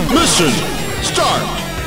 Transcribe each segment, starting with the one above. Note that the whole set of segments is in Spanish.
Mission start.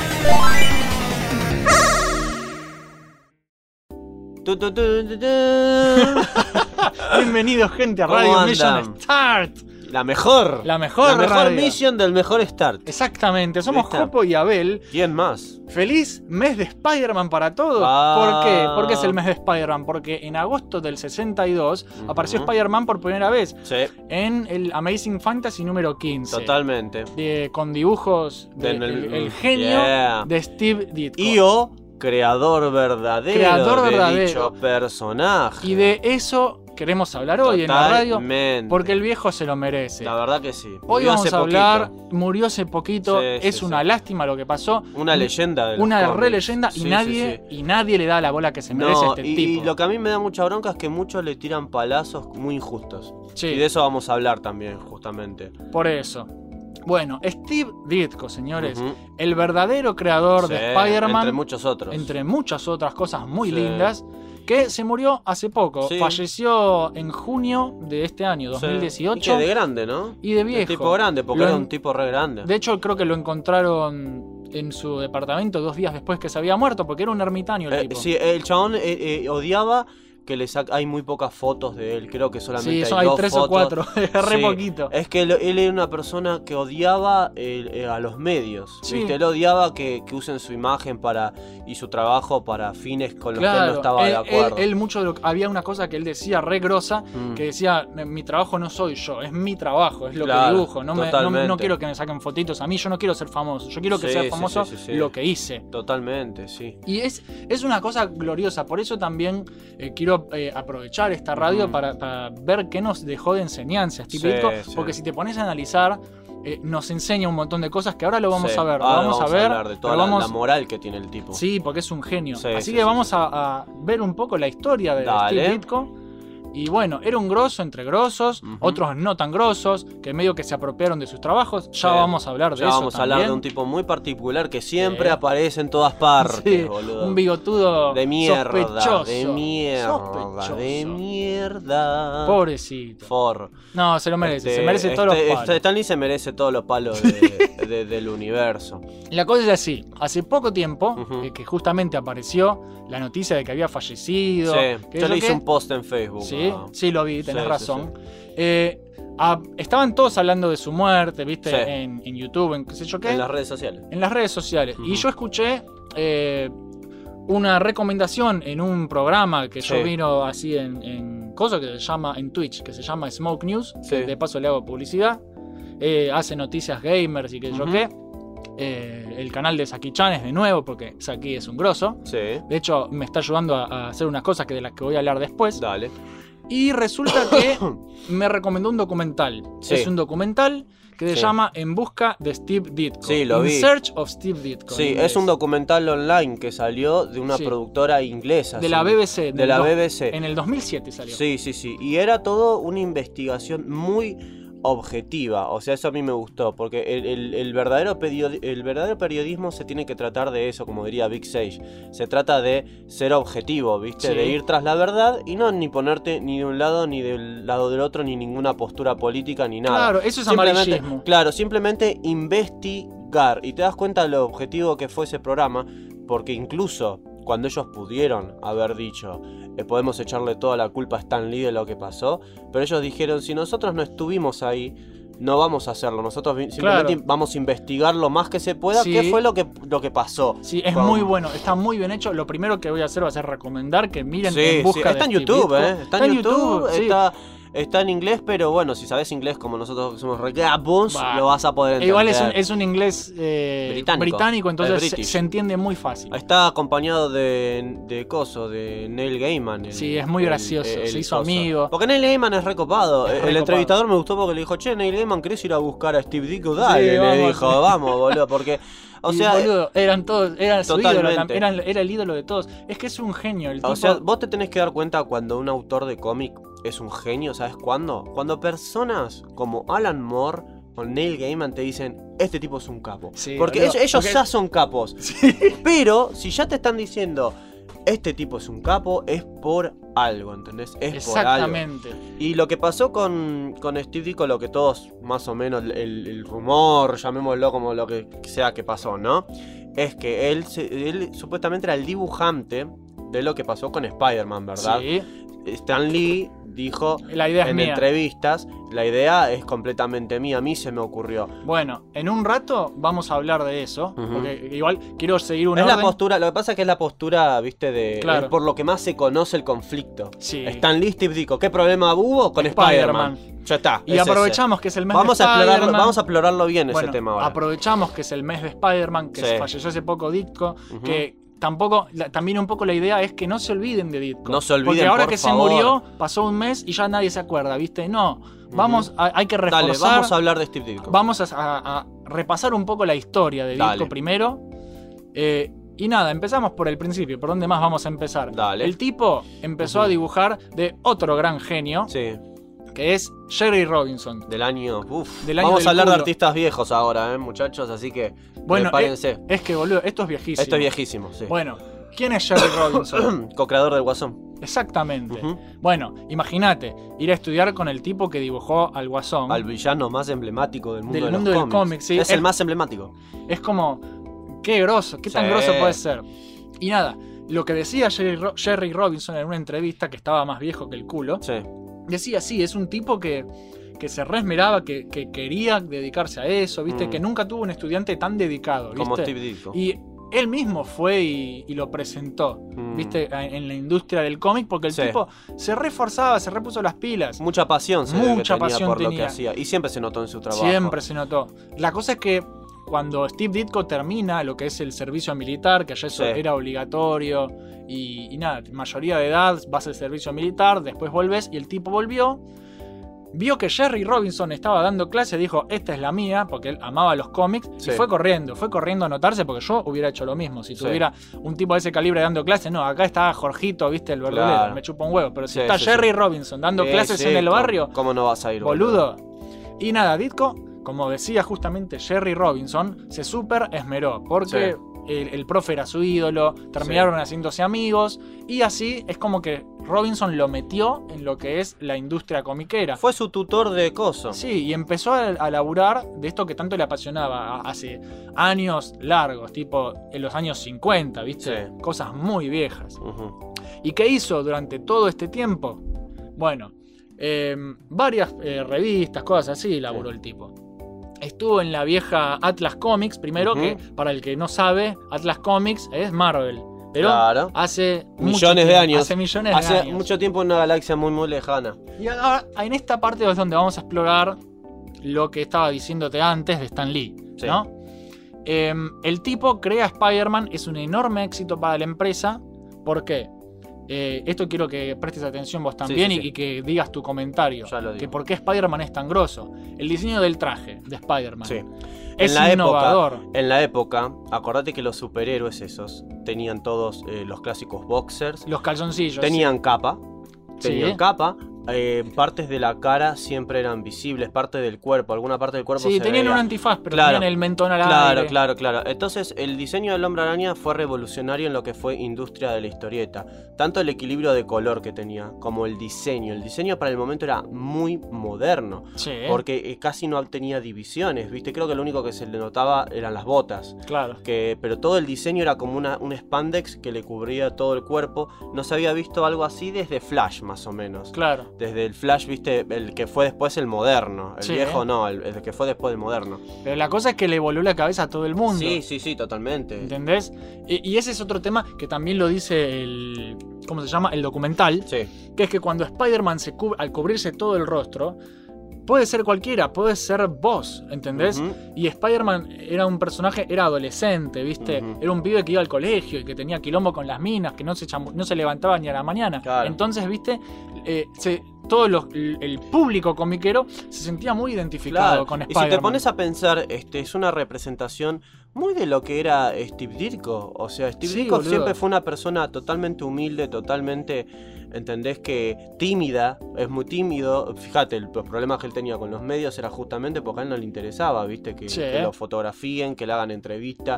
Bienvenidos, gente, a Radio Mission Start. La mejor radio. mission del mejor Start. Exactamente, somos ¿Viste? Jopo y Abel. ¿Quién más? Feliz mes de Spider-Man para todos. ¿Por qué? ¿Por qué es el mes de Spider-Man? Porque en agosto del 62 apareció Spider-Man por primera vez. Sí. En el Amazing Fantasy número 15. Totalmente. Con dibujos del el genio de Steve Ditko. Y creador verdadero de dicho personaje. Y de eso queremos hablar hoy en la radio, porque el viejo se lo merece. La verdad que sí. Hoy vamos a hablar, murió hace poquito, es una lástima lo que pasó. Una leyenda de una re leyenda y nadie le da la bola que se merece a este tipo. Y lo que a mí me da mucha bronca es que muchos le tiran palazos muy injustos. Sí. Y de eso vamos a hablar también, justamente. Por eso. Bueno, Steve Ditko, señores, el verdadero creador de Spider-Man. Entre muchos otros. Entre muchas otras cosas muy lindas. Que se murió hace poco. Sí. Falleció en junio de este año, 2018. Y que de grande, ¿no? Y de viejo. De tipo grande, porque era un tipo re grande. De hecho, creo que lo encontraron en su departamento 2 días después que se había muerto, porque era un ermitaño el tipo. Sí, el chabón odiaba que hay muy pocas fotos de él. Creo que solamente hay 2 3 fotos. o 4. Re poquito. Es que él era una persona que odiaba a los medios. Sí. ¿Viste? Él odiaba que usen su imagen y su trabajo para fines con los que él no estaba de acuerdo. Había una cosa que él decía re grosa, que decía, mi trabajo no soy yo, es mi trabajo, es lo que dibujo. No quiero que me saquen fotitos a mí, yo no quiero ser famoso, yo quiero que sea famoso lo que hice. Totalmente, sí. Y es una cosa gloriosa, por eso también quiero aprovechar esta radio para ver qué nos dejó de enseñanza Steve Ditko, porque si te pones a analizar, nos enseña un montón de cosas que ahora lo vamos a ver. Vamos a ver de toda la moral que tiene el tipo. Sí, porque es un genio. Así que vamos a ver un poco la historia de Steve Ditko. Y bueno, era un grosso entre grosos, otros no tan grosos, que medio que se apropiaron de sus trabajos. Ya vamos a hablar de eso. Ya vamos a hablar de un tipo muy particular que siempre aparece en todas partes, boludo. Un bigotudo de mierda, sospechoso. De mierda. Pobrecito. No, se lo merece, se merece todos los palos. Stan Lee se merece todos los palos del universo. La cosa es así, hace poco tiempo que justamente apareció la noticia de que había fallecido. Sí, yo le hice un post en Facebook. Sí, lo vi, tenés razón. Estaban todos hablando de su muerte, ¿viste? En YouTube, en qué sé yo qué. En las redes sociales. En las redes sociales. Y yo escuché una recomendación en un programa que yo vino así en cosa que se llama en Twitch, que se llama Smoke News. De paso le hago publicidad. Hace noticias gamers y qué sé yo qué. El canal de Saki-chan es de nuevo porque Saki es un grosso. De hecho, me está ayudando a hacer unas cosas de las que voy a hablar después. Dale. Y resulta que me recomendó un documental. Es un documental que se llama En busca de Steve Ditko. Sí, lo vi. In Search of Steve Ditko. Sí, es un documental online que salió de una productora inglesa. De la BBC. De la BBC. En el 2007 salió. Sí. Y era todo una investigación muy objetiva, o sea, eso a mí me gustó, porque el verdadero periodismo se tiene que tratar de eso, como diría Big Sage, se trata de ser objetivo, ¿viste? De ir tras la verdad y no ni ponerte ni de un lado ni del lado del otro, ni ninguna postura política ni nada. Claro, eso es amarillismo. Claro, simplemente investigar, y te das cuenta de lo objetivo que fue ese programa, porque incluso cuando ellos pudieron haber dicho podemos echarle toda la culpa a Stan Lee de lo que pasó, pero ellos dijeron, si nosotros no estuvimos ahí, no vamos a hacerlo, nosotros simplemente vamos a investigar lo más que se pueda qué fue lo que pasó. Sí, es muy bueno, está muy bien hecho. Lo primero que voy a hacer va a ser recomendar que miren En busca está de en YouTube, está en YouTube, sí. Está en inglés, pero bueno, si sabes inglés como nosotros que somos recapos, lo vas a poder entender. Igual es un inglés británico, entonces se entiende muy fácil. Está acompañado de Neil Gaiman. Sí, es muy gracioso, se hizo amigo. Porque Neil Gaiman es recopado. El entrevistador me gustó porque le dijo, che, Neil Gaiman, ¿querés ir a buscar a Steve Ditko? Dale, le dijo, vamos, boludo, porque... O sea, boludo, era su ídolo, era el ídolo de todos. Es que es un genio el tipo. O sea, vos te tenés que dar cuenta cuando un autor de cómic es un genio, ¿sabes cuándo? Cuando personas como Alan Moore o Neil Gaiman te dicen, este tipo es un capo. Porque ellos ya son capos. Pero si ya te están diciendo este tipo es un capo, es por algo, ¿entendés? Es exactamente. Por algo. Y lo que pasó con Steve Ditko, lo que todos, más o menos, el rumor, llamémoslo como lo que sea que pasó, ¿no? Es que él supuestamente era el dibujante de lo que pasó con Spider-Man, ¿verdad? Sí. Stan Lee dijo la idea es en mía. Entrevistas, la idea es completamente mía, a mí se me ocurrió. Bueno, en un rato vamos a hablar de eso, porque igual quiero seguir una es orden. La postura, lo que pasa es que es la postura, viste, de claro. es por lo que más se conoce el conflicto. Sí. Stan Lee, Steve Ditko, ¿qué problema hubo con Spider-Man? Ya está. Y aprovechamos que es el mes vamos de Spider-Man. Vamos a explorarlo bien bueno, ese tema ahora. Aprovechamos que es el mes de Spider-Man, que sí. falleció hace poco Ditko, que tampoco, también un poco la idea es que no se olviden de Ditko. No se olviden, porque ahora por que favor. se murió, pasó un mes y ya nadie se acuerda, ¿viste? No, vamos, hay que reforzar. Dale, vamos a hablar de Steve Ditko. Vamos a repasar un poco la historia de Ditko primero. Y nada, empezamos por el principio. ¿Por dónde más vamos a empezar? Dale. El tipo empezó a dibujar de otro gran genio, sí. que es Jerry Robinson. Del año del vamos a hablar culo. de artistas viejos ahora, muchachos, así que bueno, prepárense. Es que, boludo, esto es viejísimo. Esto es viejísimo, sí. Bueno, ¿quién es Jerry Robinson? Co-creador del Guasón. Exactamente. Bueno, imagínate, ir a estudiar con el tipo que dibujó al Guasón. Al villano más emblemático del mundo, del cómic, sí. Es el más emblemático. Es como, qué grosso, qué tan grosso puede ser. Y nada, lo que decía Jerry Robinson en una entrevista, que estaba más viejo que el culo, decía, sí, es un tipo que se resmeraba, que quería dedicarse a eso, ¿viste? Que nunca tuvo un estudiante tan dedicado, ¿viste? Como Steve Ditko. Y él mismo fue y lo presentó, ¿viste? En la industria del cómic, porque el tipo se reforzaba, se repuso las pilas. Mucha pasión Mucha tenía pasión por tenía. lo que hacía. Y siempre se notó en su trabajo. Siempre se notó. La cosa es que cuando Steve Ditko termina lo que es el servicio militar, que allá eso era obligatorio, y nada, mayoría de edad, vas al servicio militar, después volvés, y el tipo volvió, vio que Jerry Robinson estaba dando clase, dijo, esta es la mía, porque él amaba los cómics, y fue corriendo a anotarse, porque yo hubiera hecho lo mismo, si tuviera un tipo de ese calibre dando clases. No, acá está Jorgito, viste, el verdulero, me chupa un huevo, pero si está Jerry Robinson dando clases en el barrio, ¿cómo no vas a ir, boludo? Y nada, Ditko, como decía justamente Jerry Robinson, se súper esmeró, porque el profe era su ídolo, terminaron haciéndose amigos, y así es como que Robinson lo metió en lo que es la industria comiquera. Fue su tutor de coso. Sí, y empezó a laburar de esto que tanto le apasionaba hace años largos, tipo en los años 50, ¿viste? Cosas muy viejas. ¿Y qué hizo durante todo este tiempo? Bueno, varias revistas, cosas así, laburó el tipo. Estuvo en la vieja Atlas Comics, primero, que para el que no sabe, Atlas Comics es Marvel. Pero hace millones de años. Hace mucho tiempo en una galaxia muy muy lejana. Y ahora, en esta parte es donde vamos a explorar lo que estaba diciéndote antes de Stan Lee, ¿no? El tipo crea Spider-Man, es un enorme éxito para la empresa. ¿Por qué? Esto quiero que prestes atención vos también y que digas tu comentario. Que por qué Spider-Man es tan grosso. El diseño del traje de Spider-Man es innovador. En la época, acordate que los superhéroes esos tenían todos los clásicos boxers. Los calzoncillos. Tenían capa. Partes de la cara siempre eran visibles, parte del cuerpo, alguna parte del cuerpo se tenían veía. un antifaz, pero tenían el mentón al aire. Claro. Entonces, el diseño del Hombre Araña fue revolucionario en lo que fue industria de la historieta. Tanto el equilibrio de color que tenía, como el diseño. El diseño para el momento era muy moderno. Porque casi no tenía divisiones, ¿viste? Creo que lo único que se le notaba eran las botas. Claro. Pero todo el diseño era como un spandex que le cubría todo el cuerpo. No se había visto algo así desde Flash, más o menos. Claro. Desde el Flash, viste, el que fue después el moderno. El viejo no, el que fue después el moderno. Pero la cosa es que le voló la cabeza a todo el mundo. Sí, totalmente. ¿Entendés? Y ese es otro tema que también lo dice el... ¿Cómo se llama? El documental. Que es que cuando Spider-Man al cubrirse todo el rostro, puede ser cualquiera, puede ser vos, ¿entendés? Y Spider-Man era un personaje, era adolescente, ¿viste? Era un pibe que iba al colegio y que tenía quilombo con las minas, que no se levantaba ni a la mañana. Entonces, ¿viste? Todo el público comiquero se sentía muy identificado con Spider-Man. Y si te pones a pensar, es una representación muy de lo que era Steve Ditko. O sea, Steve Ditko siempre fue una persona totalmente humilde, totalmente, ¿entendés? Que tímida, es muy tímido. Fíjate, los problemas que él tenía con los medios era justamente porque a él no le interesaba, ¿viste? Que lo fotografíen, que le hagan entrevista,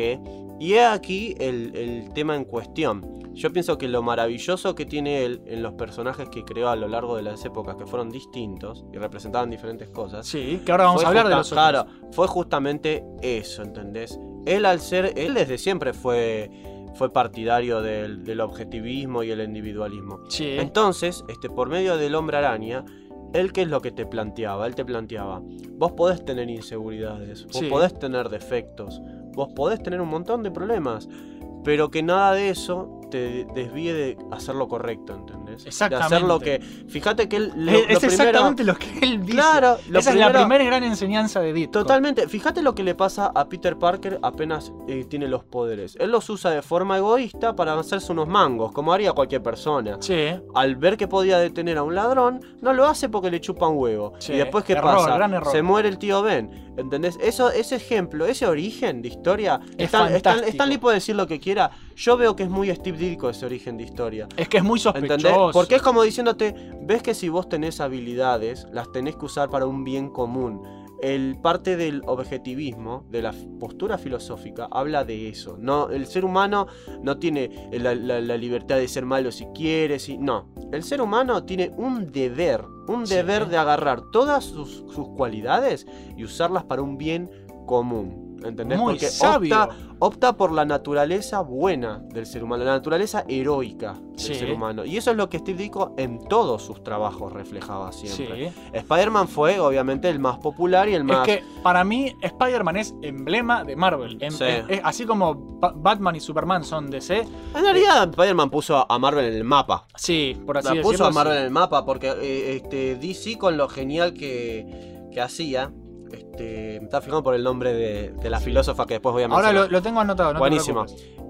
Y es aquí el tema en cuestión. Yo pienso que lo maravilloso que tiene él en los personajes que creó a lo largo de las épocas, que fueron distintos y representaban diferentes cosas. Sí, que ahora vamos a hablar de los otros. Claro, fue justamente eso, ¿entendés? Él desde siempre fue partidario del objetivismo y el individualismo. Sí. Entonces, por medio del Hombre Araña, él, ¿qué es lo que te planteaba? Él te planteaba, vos podés tener inseguridades, vos podés tener defectos, vos podés tener un montón de problemas, pero que nada de eso te desvíe de hacer lo correcto, ¿entendés? Exactamente. De hacer lo que... Fíjate que él... es exactamente lo que él dice. Claro. Esa es la primera gran enseñanza de Ditko. Totalmente. Fíjate lo que le pasa a Peter Parker apenas tiene los poderes. Él los usa de forma egoísta para hacerse unos mangos, como haría cualquier persona. Sí. Al ver que podía detener a un ladrón, no lo hace porque le chupa un huevo. Sí. Y después, ¿qué pasa? Se muere el tío Ben. ¿Entendés? Ese ejemplo, ese origen de historia... Stan Lee puede decir lo que quiera. Yo veo que es muy Steve Ditko ese origen de historia. Es que es muy sospechoso. ¿Entendés? Porque es como diciéndote, ves que si vos tenés habilidades, las tenés que usar para un bien común. Parte del objetivismo, de la postura filosófica, habla de eso. No, el ser humano no tiene la libertad de ser malo si quiere. No, el ser humano tiene un deber de agarrar todas sus cualidades y usarlas para un bien común. ¿Entendés? Muy porque sabio. Opta por la naturaleza buena del ser humano, la naturaleza heroica del ser humano. Y eso es lo que Steve Ditko en todos sus trabajos reflejaba siempre. Sí. Spider-Man fue obviamente el más popular y el más... Es que para mí Spider-Man es emblema de Marvel. Así como Batman y Superman son DC. En realidad Spider-Man puso a Marvel en el mapa. Sí, por así decirlo. Puso a Marvel en el mapa porque DC con lo genial que hacía... me estaba fijando por el nombre de la filósofa que después voy a mencionar. Ahora lo tengo anotado, no buenísimo.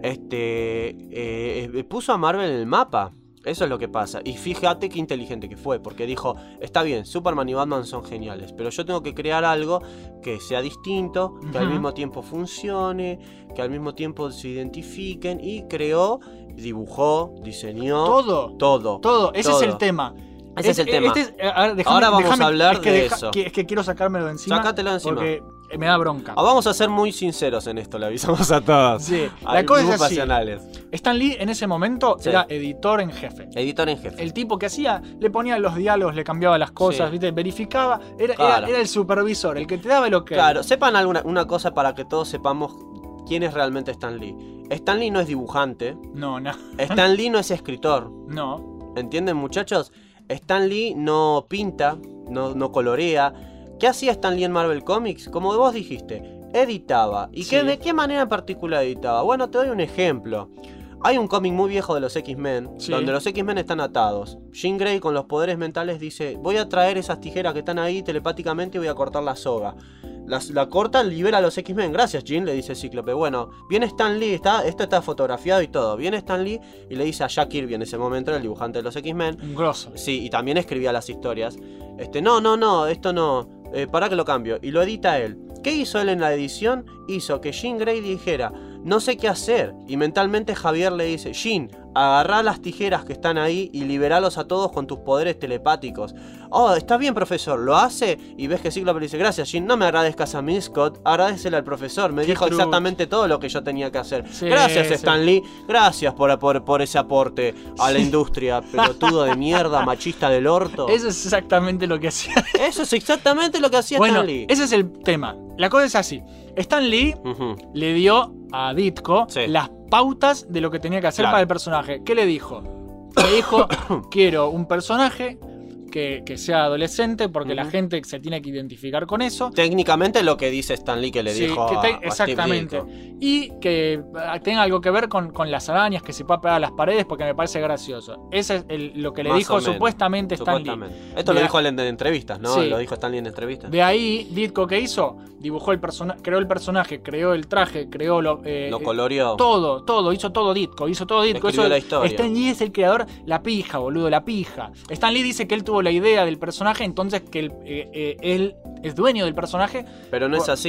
Te preocupes. Puso a Marvel en el mapa. Eso es lo que pasa. Y fíjate qué inteligente que fue. Porque dijo, está bien, Superman y Batman son geniales, pero yo tengo que crear algo que sea distinto, que al mismo tiempo funcione, que al mismo tiempo se identifiquen. Y creó, dibujó, diseñó. Todo. Ese es el tema. Ese es el tema. Ahora vamos a hablar de eso. Es que quiero sacármelo de encima. Sácatelo de encima. Porque me da bronca. Vamos a ser muy sinceros en esto, le avisamos a todos. Sí, la cosa es así. Pasionales. Stan Lee en ese momento era editor en jefe. El tipo que hacía, le ponía los diálogos, le cambiaba las cosas, ¿viste? Verificaba, era el supervisor, el que te daba el ok. Claro, sepan una cosa para que todos sepamos quién es realmente Stan Lee. Stan Lee no es dibujante. No. Stan Lee no es escritor. No. ¿Entienden, muchachos? Stan Lee no pinta, no colorea. ¿Qué hacía Stan Lee en Marvel Comics? Como vos dijiste, editaba. ¿Y de qué manera en particular editaba? Bueno, te doy un ejemplo. Hay un cómic muy viejo de los X-Men, donde los X-Men están atados. Jean Grey con los poderes mentales dice, voy a traer esas tijeras que están ahí telepáticamente y voy a cortar la soga. La corta, libera a los X-Men. Gracias, Jean, le dice Cíclope. Bueno, viene Stan Lee, esto está fotografiado y todo. Viene Stan Lee y le dice a Jack Kirby en ese momento, el dibujante de los X-Men. Un grosso. Sí, y también escribía las historias. No, esto no. Para que lo cambio. Y lo edita él. ¿Qué hizo él en la edición? Hizo que Jean Grey dijera, no sé qué hacer. Y mentalmente Javier le dice, Jean, agarrá las tijeras que están ahí y liberalos a todos con tus poderes telepáticos. Oh, está bien, profesor. Lo hace y ves que Cíclope le dice, gracias, Jean, no me agradezcas a mí, Scott, agradecele al profesor. Me dijo exactamente todo lo que yo tenía que hacer. Sí, gracias, Stan Lee. Gracias por ese aporte a la industria, pelotudo de mierda, machista del orto. Eso es exactamente lo que hacía. Eso es exactamente lo que hacía Stan Lee. Ese es el tema. La cosa es así. Stan Lee le dio a Ditko las pautas de lo que tenía que hacer para el personaje. ¿Qué le dijo? Le dijo, quiero un personaje que sea adolescente porque la gente se tiene que identificar con eso. Técnicamente lo que dice Stan Lee que le dijo exactamente. Y que tenga algo que ver con las arañas, que se pueda pegar a las paredes porque me parece gracioso. Ese es lo que le dijo supuestamente Stan Lee. Esto lo dijo él en entrevistas, ¿no? Lo dijo Stan Lee en entrevistas. De ahí, Ditko, ¿qué hizo? Dibujó el personaje, creó el personaje, creó el traje, creó lo coloreó. Todo, hizo todo Ditko. Escribió la historia. Stan Lee es el creador, la pija, boludo, la pija. Stan Lee dice que él tuvo la idea del personaje, entonces que él es dueño del personaje. Pero no es así.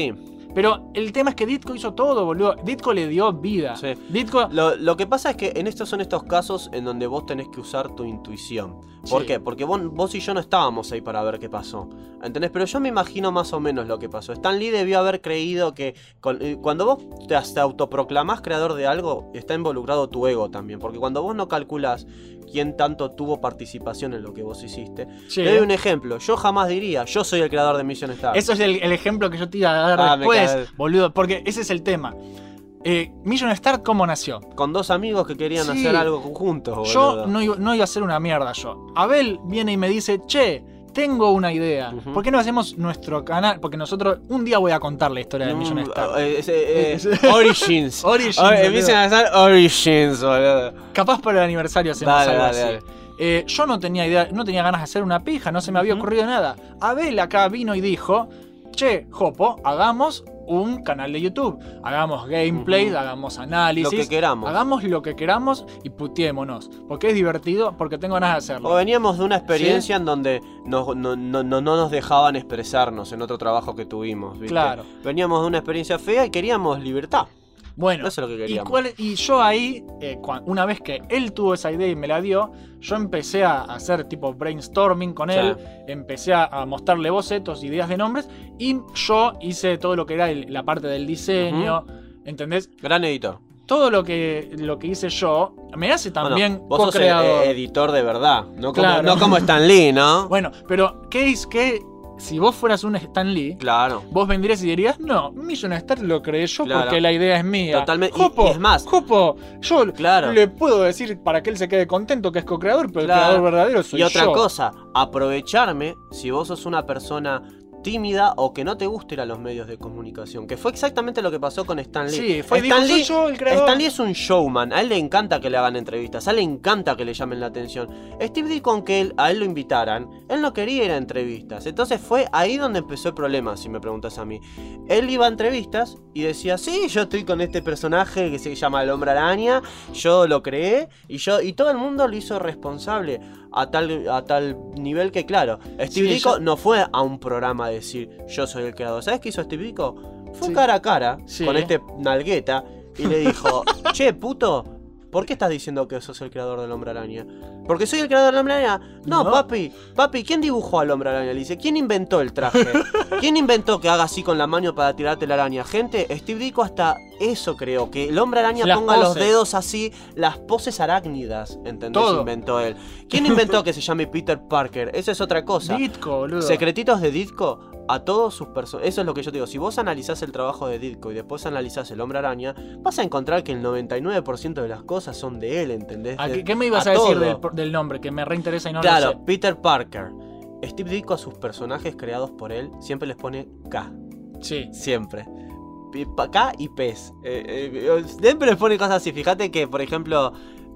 Pero el tema es que Ditko hizo todo, boludo. Ditko le dio vida. Sí. Ditko... Lo que pasa es que en estos casos en donde vos tenés que usar tu intuición. ¿Por qué? Porque vos y yo no estábamos ahí para ver qué pasó. ¿Entendés? Pero yo me imagino más o menos lo que pasó. Stan Lee debió haber creído que cuando vos te autoproclamás creador de algo, está involucrado tu ego también. Porque cuando vos no calculás quién tanto tuvo participación en lo que vos hiciste. Sí. Te doy un ejemplo. Yo jamás diría, yo soy el creador de Mission Star. Eso es el ejemplo que yo te iba a dar después, boludo. Porque ese es el tema. Mission Start, ¿cómo nació? Con dos amigos que querían hacer algo juntos, boludo. Yo no iba a hacer una mierda yo. Abel viene y me dice, che, tengo una idea. ¿Por qué no hacemos nuestro canal? Porque nosotros, un día voy a contar la historia de Mission Start. Origins. Mission Start Origins, boludo. Capaz para el aniversario hacemos algo así. Yo no tenía idea, no tenía ganas de hacer una pija, no se me había ocurrido nada. Abel acá vino y dijo, che, Jopo, hagamos un canal de YouTube. Hagamos gameplays, hagamos análisis. Lo que queramos. Hagamos lo que queramos y puteémonos. Porque es divertido, porque tengo ganas de hacerlo. O veníamos de una experiencia en donde no nos dejaban expresarnos en otro trabajo que tuvimos, ¿viste? Claro. Veníamos de una experiencia fea y queríamos libertad. Bueno, eso es lo que queríamos. Y yo ahí, una vez que él tuvo esa idea y me la dio, yo empecé a hacer tipo brainstorming con él, empecé a mostrarle bocetos, ideas de nombres, y yo hice todo lo que era la parte del diseño, ¿entendés? Gran editor. Todo lo que hice yo me hace también vos sos editor de verdad, no como Stan Lee, ¿no? Bueno, pero ¿qué si vos fueras un Stan Lee, claro, vos vendrías y dirías, no, Mission Start lo creé yo porque la idea es mía. Totalmente. Jopo, y es más, Jopo, yo le puedo decir para que él se quede contento que es co-creador, pero el creador verdadero soy yo. Y otra cosa, aprovecharme si vos sos una persona tímida o que no te guste ir a los medios de comunicación, que fue exactamente lo que pasó con Stan Lee. Sí, fue yo el creador. Stan Lee es un showman, a él le encanta que le hagan entrevistas, a él le encanta que le llamen la atención. Steve Ditko, con que a él lo invitaran, él no quería ir a entrevistas, entonces fue ahí donde empezó el problema, si me preguntas a mí. Él iba a entrevistas y decía, sí, yo estoy con este personaje que se llama el Hombre Araña, yo lo creé y todo el mundo lo hizo responsable. A tal nivel que, claro, Steve Ditko no fue a un programa a decir yo soy el creador. ¿Sabes qué hizo Steve Ditko? Fue cara a cara con este nalgueta y le dijo, che, puto, ¿por qué estás diciendo que sos el creador del Hombre Araña? ¿Porque soy el creador del Hombre Araña? No, papi, ¿quién dibujó al Hombre Araña? Le dice, ¿quién inventó el traje? ¿Quién inventó que haga así con la mano para tirarte la araña? Gente, Steve Ditko hasta eso creó, que el Hombre Araña ponga los dedos así, las poses arácnidas, ¿entendés? Todo. Inventó él. ¿Quién inventó que se llame Peter Parker? Eso es otra cosa. Ditko, boludo. Secretitos de Ditko a todos sus personas. Eso es lo que yo te digo. Si vos analizás el trabajo de Ditko y después analizás el Hombre Araña, vas a encontrar que el 99% de las cosas son de él, ¿entendés? ¿Qué me ibas a decir del nombre? Que me reinteresa y no lo sé. Claro, Peter Parker. Steve Ditko a sus personajes creados por él siempre les pone K. Sí. Siempre. K y Pez. Siempre les pone cosas así. Fíjate que, por ejemplo,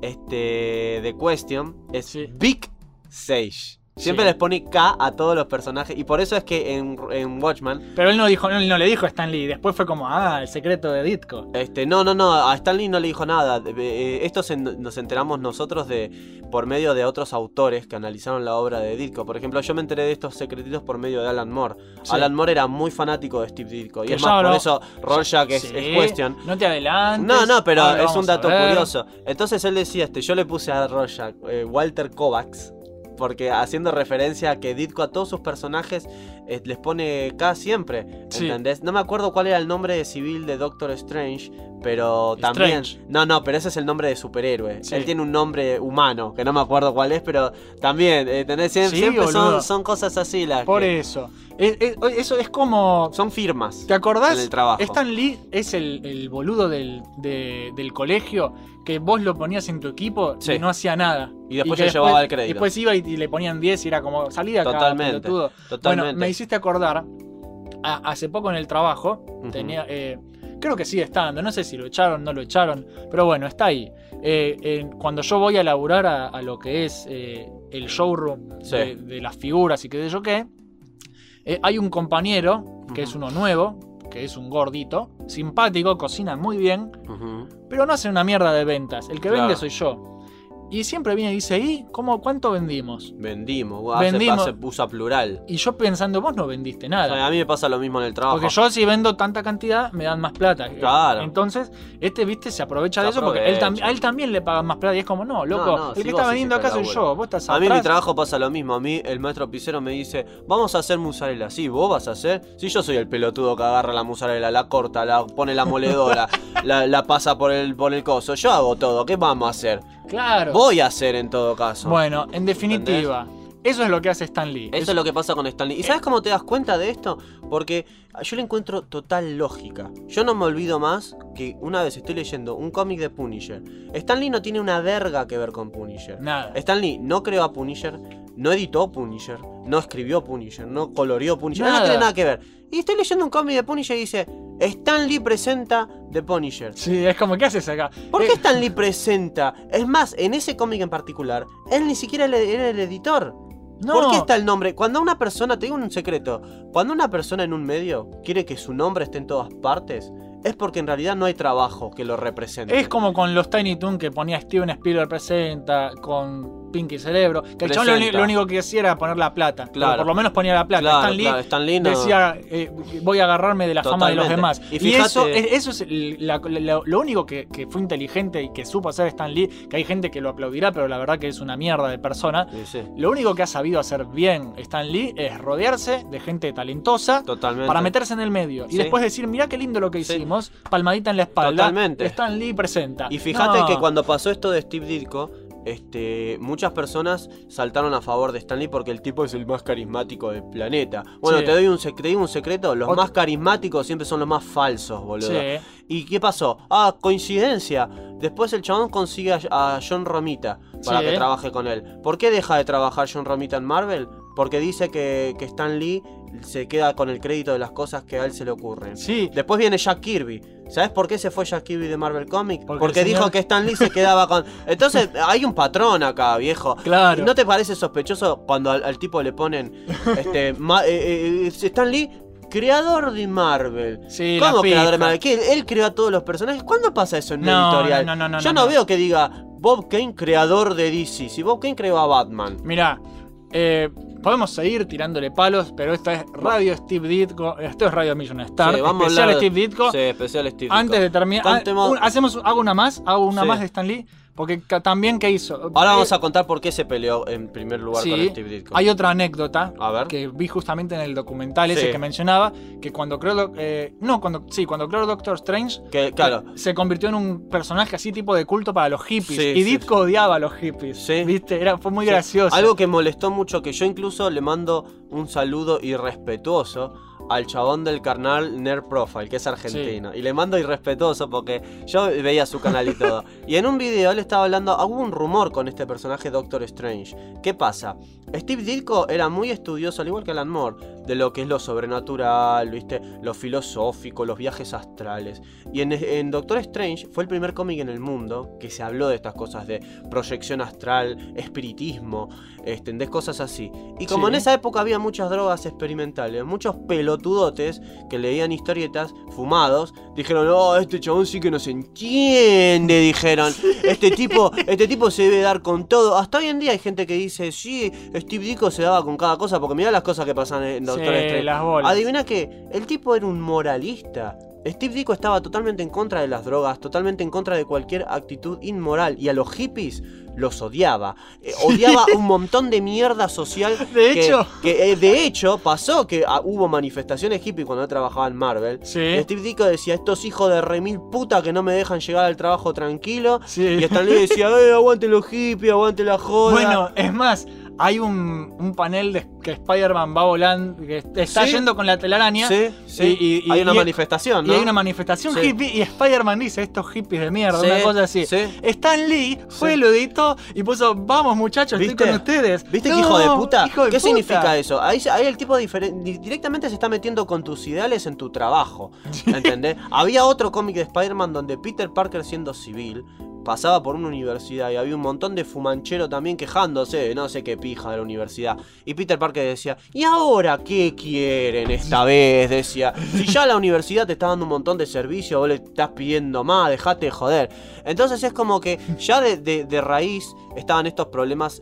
The Question es Big Sage. Siempre les pone K a todos los personajes. Y por eso es que en Watchmen. Pero él no le dijo a Stan Lee. Después fue como, el secreto de Ditko. No. A Stan Lee no le dijo nada. Esto nos enteramos nosotros por medio de otros autores que analizaron la obra de Ditko. Por ejemplo, yo me enteré de estos secretitos por medio de Alan Moore. Sí. Alan Moore era muy fanático de Steve Ditko. Y es más, por eso Rorschach es Question. No te adelantes. No, pero es un dato curioso. Entonces él decía, yo le puse a Rorschach Walter Kovacs. Porque haciendo referencia a que Ditko a todos sus personajes les pone K siempre, ¿entendés? No me acuerdo cuál era el nombre civil de Doctor Strange, pero también... No, pero ese es el nombre de superhéroe. Sí. Él tiene un nombre humano, que no me acuerdo cuál es, pero también, ¿entendés? Siempre son cosas así las Por eso. Eso es como... Son firmas. ¿Te acordás? En el trabajo. Stan Lee es el boludo del colegio que vos lo ponías en tu equipo y no hacía nada. Y después se llevaba el crédito. Después iba y le ponían 10 y era como, salí de acá, Totalmente. Bueno, me hiciste acordar, hace poco en el trabajo, tenía... creo que sigue estando, no sé si lo echaron, no lo echaron, pero bueno, está ahí. Cuando yo voy a laburar a lo que es el showroom de las figuras y qué sé yo qué, hay un compañero, que es uno nuevo, que es un gordito, simpático, cocina muy bien, pero no hace una mierda de ventas. El que vende soy yo. Y siempre viene y dice, ¿y cuánto vendimos? Vendimos. Usa plural. Y yo pensando, vos no vendiste nada. O sea, a mí me pasa lo mismo en el trabajo. Porque yo si vendo tanta cantidad, me dan más plata. Claro. Entonces, viste, se aprovecha de eso porque a él también le pagan más plata. Y es como, no, loco, el que está vendiendo acá soy yo. Vos estás atrás. A mí en mi trabajo pasa lo mismo. A mí el maestro pizzero me dice, vamos a hacer mozzarella. Sí, vos vas a hacer. Sí, yo soy el pelotudo que agarra la mozzarella, la corta, la pone la moledora, la pasa por el coso. Yo hago todo. ¿Qué vamos a hacer? Claro. Voy a hacer en todo caso. Bueno, en definitiva, ¿entendés? Eso es lo que hace Stan Lee. Eso es lo que pasa con Stan Lee. ¿Y sabes cómo te das cuenta de esto? Porque yo le encuentro total lógica. Yo no me olvido más que una vez estoy leyendo un cómic de Punisher. Stan Lee no tiene una verga que ver con Punisher. Nada. Stan Lee no creó a Punisher, no editó Punisher, no escribió Punisher, no coloreó Punisher. No tiene nada que ver. Y estoy leyendo un cómic de Punisher y dice, StanLee presenta The Punisher. Sí, es como, ¿qué haces acá? ¿Por qué Stan Lee presenta? Es más, en ese cómic en particular, él ni siquiera era el editor. No. ¿Por qué está el nombre? Cuando una persona, te digo un secreto, cuando una persona en un medio quiere que su nombre esté en todas partes, es porque en realidad no hay trabajo que lo represente. Es como con los Tiny Toon que ponía Steven Spielberg presenta, con Pinky Cerebro, que el chabón lo único que hacía era poner la plata. Claro. Por lo menos ponía la plata. Claro, Stan Lee no decía, voy a agarrarme de la fama de los demás. Y fíjate, eso es lo único que fue inteligente y que supo hacer Stan Lee, que hay gente que lo aplaudirá, pero la verdad que es una mierda de persona. Sí. Lo único que ha sabido hacer bien Stan Lee es rodearse de gente talentosa. Totalmente. Para meterse en el medio. Y después decir, mirá qué lindo lo que hicimos. Palmadita en la espalda. Totalmente. Stan Lee presenta. Y fíjate que cuando pasó esto de Steve Ditko, muchas personas saltaron a favor de Stan Lee porque el tipo es el más carismático del planeta. Bueno, Sí. te digo un secreto, los más carismáticos siempre son los más falsos, boludo. Sí. ¿Y qué pasó? Coincidencia. Después el chabón consigue a John Romita para Sí. que trabaje con él. ¿Por qué deja de trabajar John Romita en Marvel? Porque dice que Stan Lee se queda con el crédito de las cosas que a él se le ocurren. Sí. Después viene Jack Kirby. ¿Sabes por qué se fue Jack Kirby de Marvel Comics? Porque el señor... dijo que Stan Lee se quedaba con... Entonces hay un patrón acá, viejo. Claro. ¿No te parece sospechoso cuando al tipo le ponen Stan Lee, creador de Marvel? Sí, ¿Cómo creador de pija. Marvel? ¿Qué? ¿Él creó a todos los personajes? ¿Cuándo pasa eso en un editorial? Yo no veo que diga Bob Kane, creador de DC. Si Bob Kane creó a Batman. Mirá, podemos seguir tirándole palos, pero esta es Radio Steve Ditko. Esto es Radio Million Star. Sí, vamos especial a hablar Steve Ditko. Sí, especial Steve Ditko. Antes de terminar, hago una más Sí. de Stan Lee. Porque también, ¿qué hizo? Ahora vamos a contar por qué se peleó en primer lugar con Steve Ditko. Hay otra anécdota A ver. que vi justamente en el documental ese Sí. que mencionaba, que cuando creó cuando creó Doctor Strange, Que, claro. se convirtió en un personaje así tipo de culto para los hippies. Sí, y sí. Ditko odiaba a los hippies. Sí. ¿Viste? Fue muy Sí. gracioso. Algo que molestó mucho, que yo incluso le mando un saludo irrespetuoso al chabón del canal Nerd Profile, que es argentino. Sí. Y le mando irrespetuoso porque yo veía su canal y todo. Y en un video él estaba hablando, hubo un rumor con este personaje Doctor Strange. ¿Qué pasa? Steve Ditko era muy estudioso, al igual que Alan Moore, de lo que es lo sobrenatural, ¿viste? Lo filosófico, los viajes astrales. Y en Doctor Strange fue el primer cómic en el mundo que se habló de estas cosas de proyección astral, espiritismo, de cosas así. Y como en esa época había muchas drogas experimentales, muchos pelotudotes que leían historietas fumados, dijeron, oh, este chabón sí que nos entiende, dijeron. Este tipo se debe dar con todo. Hasta hoy en día hay gente que dice, sí, Steve Ditko se daba con cada cosa, porque mirá las cosas que pasan en Doctor Strange. Las bolas. Adivina que el tipo era un moralista. Steve Ditko estaba totalmente en contra de las drogas, totalmente en contra de cualquier actitud inmoral, y a los hippies los odiaba. Odiaba un montón de mierda social. De hecho, pasó que hubo manifestaciones hippies cuando él trabajaba en Marvel. Sí. Steve Ditko decía, estos hijos de remil puta que no me dejan llegar al trabajo tranquilo. Sí. Y Stan Lee decía, aguante los hippies, aguante la joda. Bueno, es más, hay un panel de que Spider-Man va volando, que está yendo con la telaraña. Sí. Y hay una manifestación, ¿no? Y hay una manifestación hippie y Spider-Man dice, estos hippies de mierda, una cosa así. Sí. Stan Lee fue, lo editó y puso, vamos muchachos, estoy con ustedes. ¿Viste qué hijo de puta? ¿Qué significa eso? Ahí el tipo directamente se está metiendo con tus ideales en tu trabajo. ¿Entendés? Había otro cómic de Spider-Man donde Peter Parker, siendo civil, pasaba por una universidad y había un montón de fumancheros también quejándose de no sé qué pija de la universidad. Y Peter Parker decía, ¿y ahora qué quieren esta vez? Decía, si ya la universidad te está dando un montón de servicios, vos le estás pidiendo más, dejate de joder. Entonces es como que ya de raíz estaban estos problemas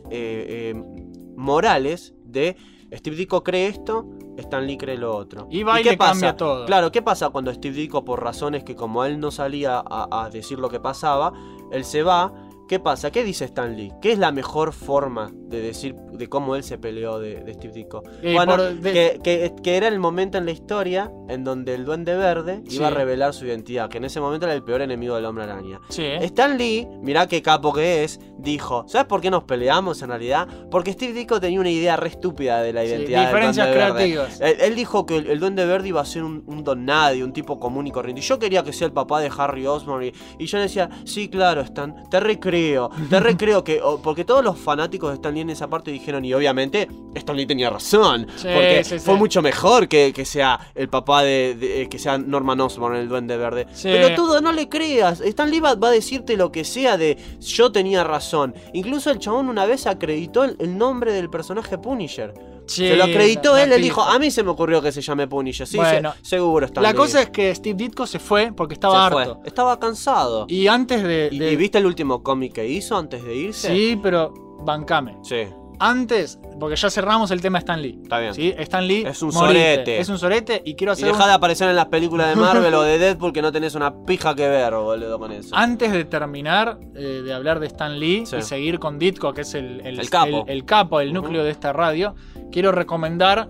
morales de Steve Ditko cree esto, Stan Lee cree lo otro. Y va y le cambia todo. Claro, ¿qué pasa cuando Steve Ditko, por razones que como él no salía a decir lo que pasaba, él se va? ¿Qué pasa? ¿Qué dice Stan Lee? ¿Qué es la mejor forma de decir de cómo él se peleó de Steve Ditko? Bueno, que era el momento en la historia en donde el Duende Verde iba a revelar su identidad, que en ese momento era el peor enemigo del Hombre Araña. Sí. Stan Lee, mirá qué capo que es, dijo, ¿sabes por qué nos peleamos en realidad? Porque Steve Ditko tenía una idea re estúpida de la identidad del Duende Verde. Diferencias creativas. Él dijo que el Duende Verde iba a ser un don nadie, un tipo común y corriente. Y yo quería que sea el papá de Harry Osborn. Y yo le decía, sí, claro, Stan, te recreo que... porque todos los fanáticos de Stan Lee en esa parte dijeron, y obviamente Stan Lee tenía razón. Porque fue mucho mejor que sea el papá que sea Norman Osborn, el Duende Verde. Pero todo, no le creas. Stan Lee va a decirte lo que sea de yo tenía razón. Incluso el chabón una vez acreditó el nombre del personaje Punisher. Se lo acreditó él dijo, a mí se me ocurrió que se llame Punisher. Sí, bueno, seguro está. La cosa es que Steve Ditko se fue porque estaba harto. Estaba cansado. Y antes ¿Y viste el último cómic que hizo antes de irse? Sí, pero bancame. Sí. Antes, porque ya cerramos el tema de Stan Lee. Está bien. ¿Sí? Stan Lee es un sorete. Es un sorete y quiero hacer. Y dejá de aparecer en las películas de Marvel o de Deadpool que no tenés una pija que ver, boludo, con eso. Antes de terminar de hablar de Stan Lee y seguir con Ditko, que es el capo, el núcleo de esta radio, quiero recomendar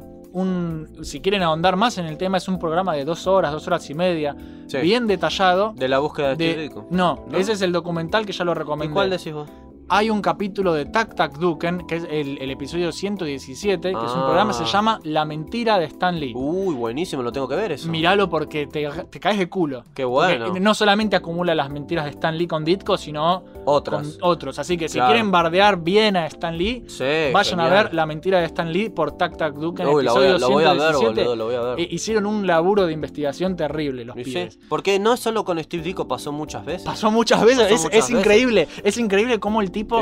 si quieren ahondar más en el tema, es un programa de 2 horas y media, bien detallado. ¿De la búsqueda de Steve Ditko? No, ese es el documental que ya lo recomendé. ¿Y cuál decís vos? Hay un capítulo de Tac Tac Duken, que es el episodio 117, que es un programa que se llama La mentira de Stan Lee. Uy, buenísimo, lo tengo que ver eso. Míralo porque te caes de culo. Qué bueno. Porque no solamente acumula las mentiras de Stan Lee con Ditko, sino con otros. Así que si quieren bardear bien a Stan Lee, vayan a ver La mentira de Stan Lee por Tac Tac Duken, episodio 117. Lo voy a ver, boludo, lo voy a ver. Hicieron un laburo de investigación terrible los pibes. Porque no solo con Steve Ditko, pasó muchas veces. Pasó muchas veces, es increíble. Es increíble cómo el tipo...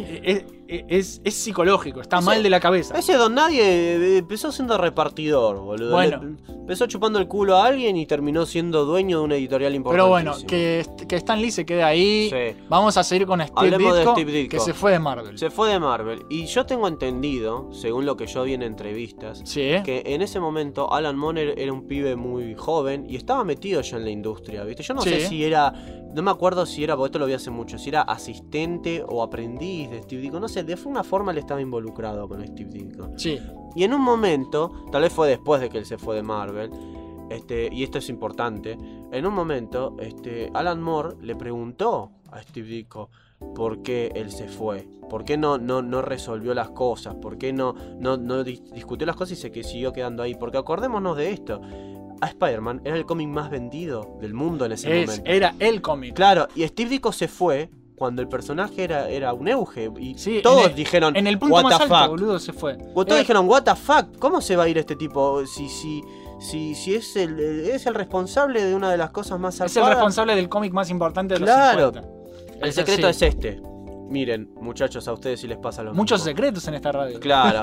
Es psicológico, está mal de la cabeza. Ese don nadie empezó siendo repartidor, boludo. Bueno. Empezó chupando el culo a alguien y terminó siendo dueño de una editorial importante. Pero bueno, que Stan Lee se quede ahí. Sí. Vamos a seguir con Steve Ditko, que se fue de Marvel. Se fue de Marvel. Y yo tengo entendido, según lo que yo vi en entrevistas, que en ese momento Alan Moore era un pibe muy joven y estaba metido ya en la industria, ¿viste? Yo no sé si era... No me acuerdo si era, porque esto lo vi hace mucho, si era asistente o aprendiz de Steve Ditko. No sé, de alguna forma él estaba involucrado con Steve Ditko. Sí. Y en un momento, tal vez fue después de que él se fue de Marvel, y esto es importante, en un momento Alan Moore le preguntó a Steve Ditko por qué él se fue, por qué no resolvió las cosas, por qué no discutió las cosas y se siguió quedando ahí. Porque acordémonos de esto. A Spider-Man era el cómic más vendido del mundo en ese momento. Era el cómic. Claro, y Steve Ditko se fue cuando el personaje era un euge. Y todos dijeron, en el punto what más the alto, fuck. Boludo, se fue. Todos dijeron, what the fuck, ¿cómo se va a ir este tipo? Si es el responsable de una de las cosas más zarpadas. Es el responsable del cómic más importante de los 50. El secreto es este. Miren, muchachos, a ustedes si les pasa lo mismo. Muchos secretos en esta radio. Claro.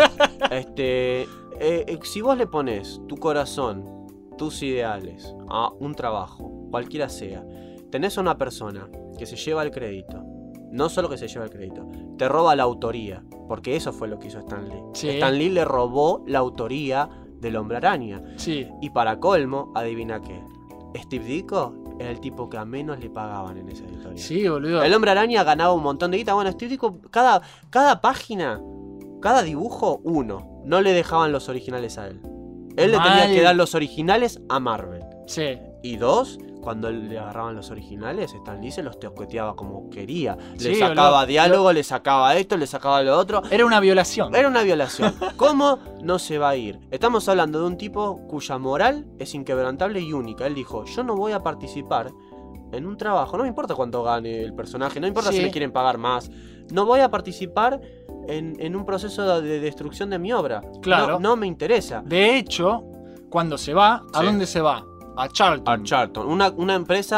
Si vos le pones tu corazón, tus ideales a un trabajo, cualquiera sea, tenés a una persona que se lleva el crédito, no solo que se lleva el crédito, te roba la autoría, porque eso fue lo que hizo Stan Lee. Stan Lee le robó la autoría del Hombre Araña. Y para colmo, adivina qué, Steve Ditko era el tipo que a menos le pagaban en esa editorial. Sí, boludo. El Hombre Araña ganaba un montón de guita. Bueno, Steve Ditko, cada página, cada dibujo, no le dejaban los originales a él. Él le tenía que dar los originales a Marvel. Sí. Y 2, cuando le agarraban los originales, Stan Lee se los toqueteaba como quería. Le sacaba diálogo, le sacaba esto, le sacaba lo otro. Era una violación. ¿Cómo no se va a ir? Estamos hablando de un tipo cuya moral es inquebrantable y única. Él dijo, yo no voy a participar en un trabajo, no me importa cuánto gane el personaje, no me importa si le quieren pagar más. No voy a participar en un proceso de destrucción de mi obra. Claro. No me interesa. De hecho, cuando se va, ¿a dónde se va? A Charlton. Una empresa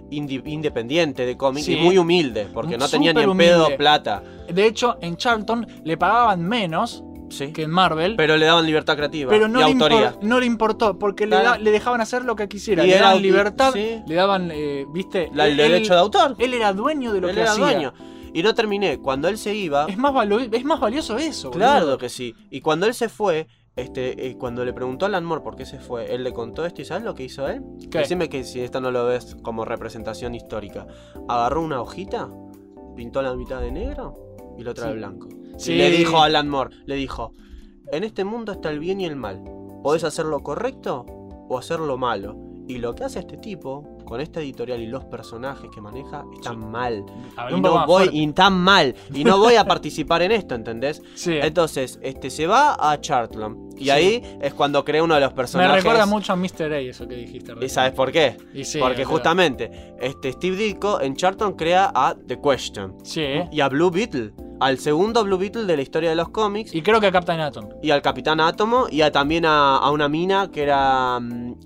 independiente de cómic Sí. y muy humilde, porque no tenía ni en Súper pedo humilde. plata. De hecho, en Charlton le pagaban menos Sí. que en Marvel. Pero le daban libertad creativa Pero no y le, autoría. no le importó, porque Claro. le dejaban hacer lo que quisiera. Y Le era daban auti- libertad, sí. le daban, ¿viste? El derecho de autor. Él era dueño de lo Él que era hacía. dueño. Y no terminé. Cuando él se iba. Es más valioso eso, Claro boludo. que sí. Y cuando él se fue, cuando le preguntó a Alan Moore por qué se fue, él le contó esto y ¿sabes lo que hizo él? ¿Qué? Decime que si esto no lo ves como representación histórica. Agarró una hojita, pintó la mitad de negro y la otra Sí. de blanco. Sí. Y le dijo a Alan Moore, le dijo, en este mundo está el bien y el mal. Podés hacer lo correcto o hacer lo malo. Y lo que hace este tipo, con esta editorial y los personajes que maneja, están mal. A ver, Y un poco no más voy, fuerte. y tan mal. Y no voy a participar en esto, ¿entendés? Sí. Entonces, se va a Charlton. Y Sí. ahí es cuando crea uno de los Me personajes. recuerda mucho a Mr. A eso que dijiste. ¿Y recién. sabes por qué? Y sí, Porque boludo. justamente Steve Ditko en Charlton crea a The Question. Sí. Y a Blue Beetle. Al segundo Blue Beetle de la historia de los cómics. Y creo que a Captain Atom. Y al Capitán Átomo. Y también a una mina que era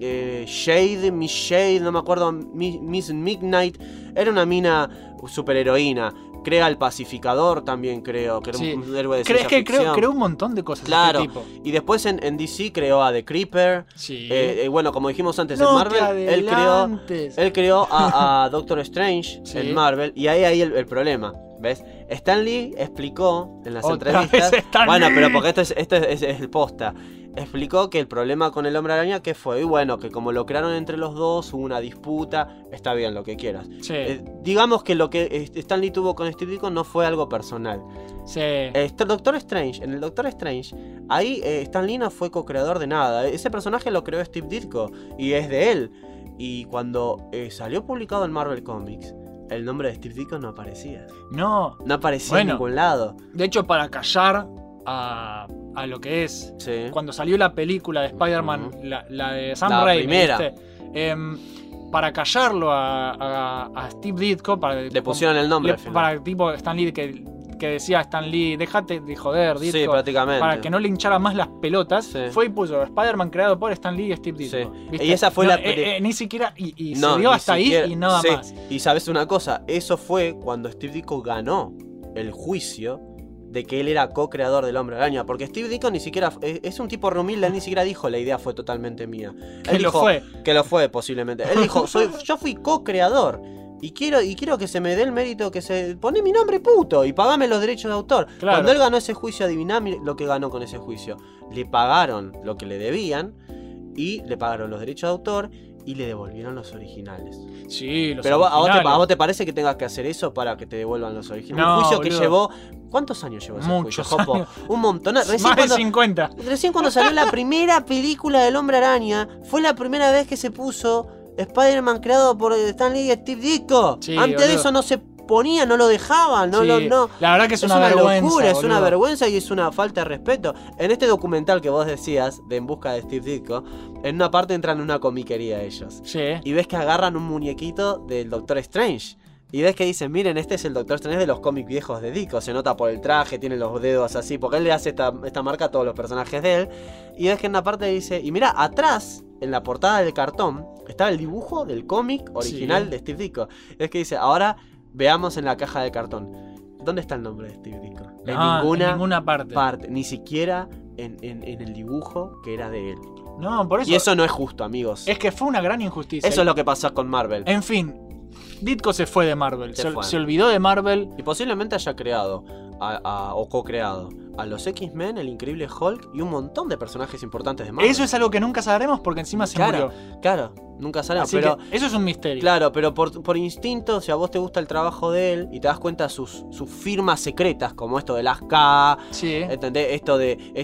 Miss Shade, no me acuerdo, Miss Midnight. Era una mina superheroína. Crea al Pacificador también, creo, que era Sí. un héroe de ¿Crees ciencia que ficción. creó un montón de cosas Claro. este tipo? Y después en DC creó a The Creeper. Sí. Bueno, como dijimos antes, No, en Marvel, te él adelantes. creó a Doctor Strange Sí. en Marvel. Y ahí el problema, ¿ves? Stan Lee explicó en las Otra entrevistas. vez Stan Bueno, Lee. pero porque esto es el posta. Explicó que el problema con el Hombre Araña que fue, y bueno, que como lo crearon entre los dos, hubo una disputa, está bien, lo que quieras. Sí. Digamos que lo que Stan Lee tuvo con Steve Ditko no fue algo personal. Sí. En el Doctor Strange, ahí Stan Lee no fue co-creador de nada. Ese personaje lo creó Steve Ditko y es de él. Y cuando salió publicado en Marvel Comics, el nombre de Steve Ditko no aparecía. No. No aparecía Bueno. en ningún lado. De hecho, para callar a lo que es. Sí. Cuando salió la película de Spider-Man, Ujú. la de Sam La Raimi, primera. ¿viste? Para callarlo a Steve Ditko, Le pusieron el nombre al final. para tipo Stan Lee que decía Stan Lee, déjate de joder, Ditko. Sí, prácticamente. Para que no le hinchara más las pelotas, Sí. fue y puso Spider-Man creado por Stan Lee y Steve Ditko. Sí. ¿viste? Y esa fue No, la- ni siquiera. Y No, se dio ni hasta siquiera- ahí y nada sí. más. Y sabes una cosa, eso fue cuando Steve Ditko ganó el juicio de que él era co-creador del Hombre Araña. Porque Steve Ditko ni siquiera es un tipo humilde, él ni siquiera dijo la idea fue totalmente mía. Que Él lo dijo fue. que lo fue posiblemente. Él dijo, yo fui co-creador. Y quiero que se me dé el mérito que se... Poné mi nombre puto y pagame los derechos de autor. Claro. Cuando él ganó ese juicio, adiviná lo que ganó con ese juicio. Le pagaron lo que le debían y le pagaron los derechos de autor y le devolvieron los originales. Sí, los Pero originales. ¿a vos te parece que tengas que hacer eso para que te devuelvan los originales? No, Un juicio que boludo. llevó... ¿Cuántos años llevó ese Muchos juicio, Jopo? años. Un montón. Más de 50. Recién cuando salió la primera película del Hombre Araña, fue la primera vez que se puso Spider-Man creado por Stan Lee y Steve Ditko. Sí, Antes de boludo. eso no se ponía, no lo dejaban, no Sí, no. La verdad que es una una vergüenza. locura, es una boludo. vergüenza y es una falta de respeto. En este documental que vos decías, de En busca de Steve Ditko, en una parte entran en una comiquería ellos. Sí. Y ves que agarran un muñequito del Doctor Strange. Y ves que dicen, miren, este es el Doctor Strange de los cómics viejos de Ditko. Se nota por el traje, tiene los dedos así, porque él le hace esta marca a todos los personajes de él. Y ves que en una parte dice, y mira, atrás, en la portada del cartón, estaba el dibujo del cómic original Sí. de Steve Ditko. Y ves que dice, ahora veamos en la caja del cartón. ¿Dónde está el nombre de Steve Ditko? En No, ninguna parte. parte, ni siquiera en el dibujo que era de él. No, por eso. Y eso no es justo, amigos. Es que fue una gran injusticia. Eso es lo que pasó con Marvel. En fin, Ditko se fue de Marvel. Se fue. Se olvidó de Marvel. Y posiblemente haya creado o co-creado a los X-Men, el Increíble Hulk y un montón de personajes importantes de Marvel. Eso es algo que nunca sabremos porque encima se Claro, murió. claro, nunca sabemos. Así Pero que eso es un misterio. claro, pero por instinto, si a vos te gusta el trabajo de él y te das cuenta sus firmas secretas, como esto de las K, Sí. ¿entendés? Esto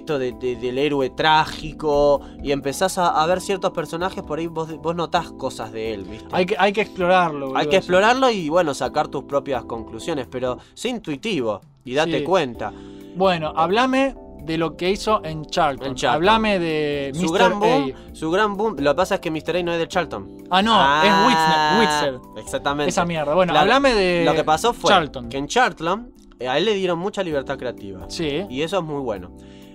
del héroe trágico, y empezás a ver ciertos personajes, por ahí vos notás cosas de él, ¿viste? Hay que explorarlo. Hay boludo, que eso. explorarlo y bueno, sacar tus propias conclusiones, pero sé intuitivo y date Sí. cuenta. Bueno, hablame de lo que hizo en Charlton. En Charlton. Hablame de Su Mr. gran boom, A. su gran boom. Lo que pasa es que Mr. A no es de Charlton. Ah, no, es Witzel. Exactamente. Esa mierda. Bueno, Claro, hablame de Lo que pasó fue Charlton. que en Charlton a él le dieron mucha libertad creativa. Sí. Y eso es muy bueno.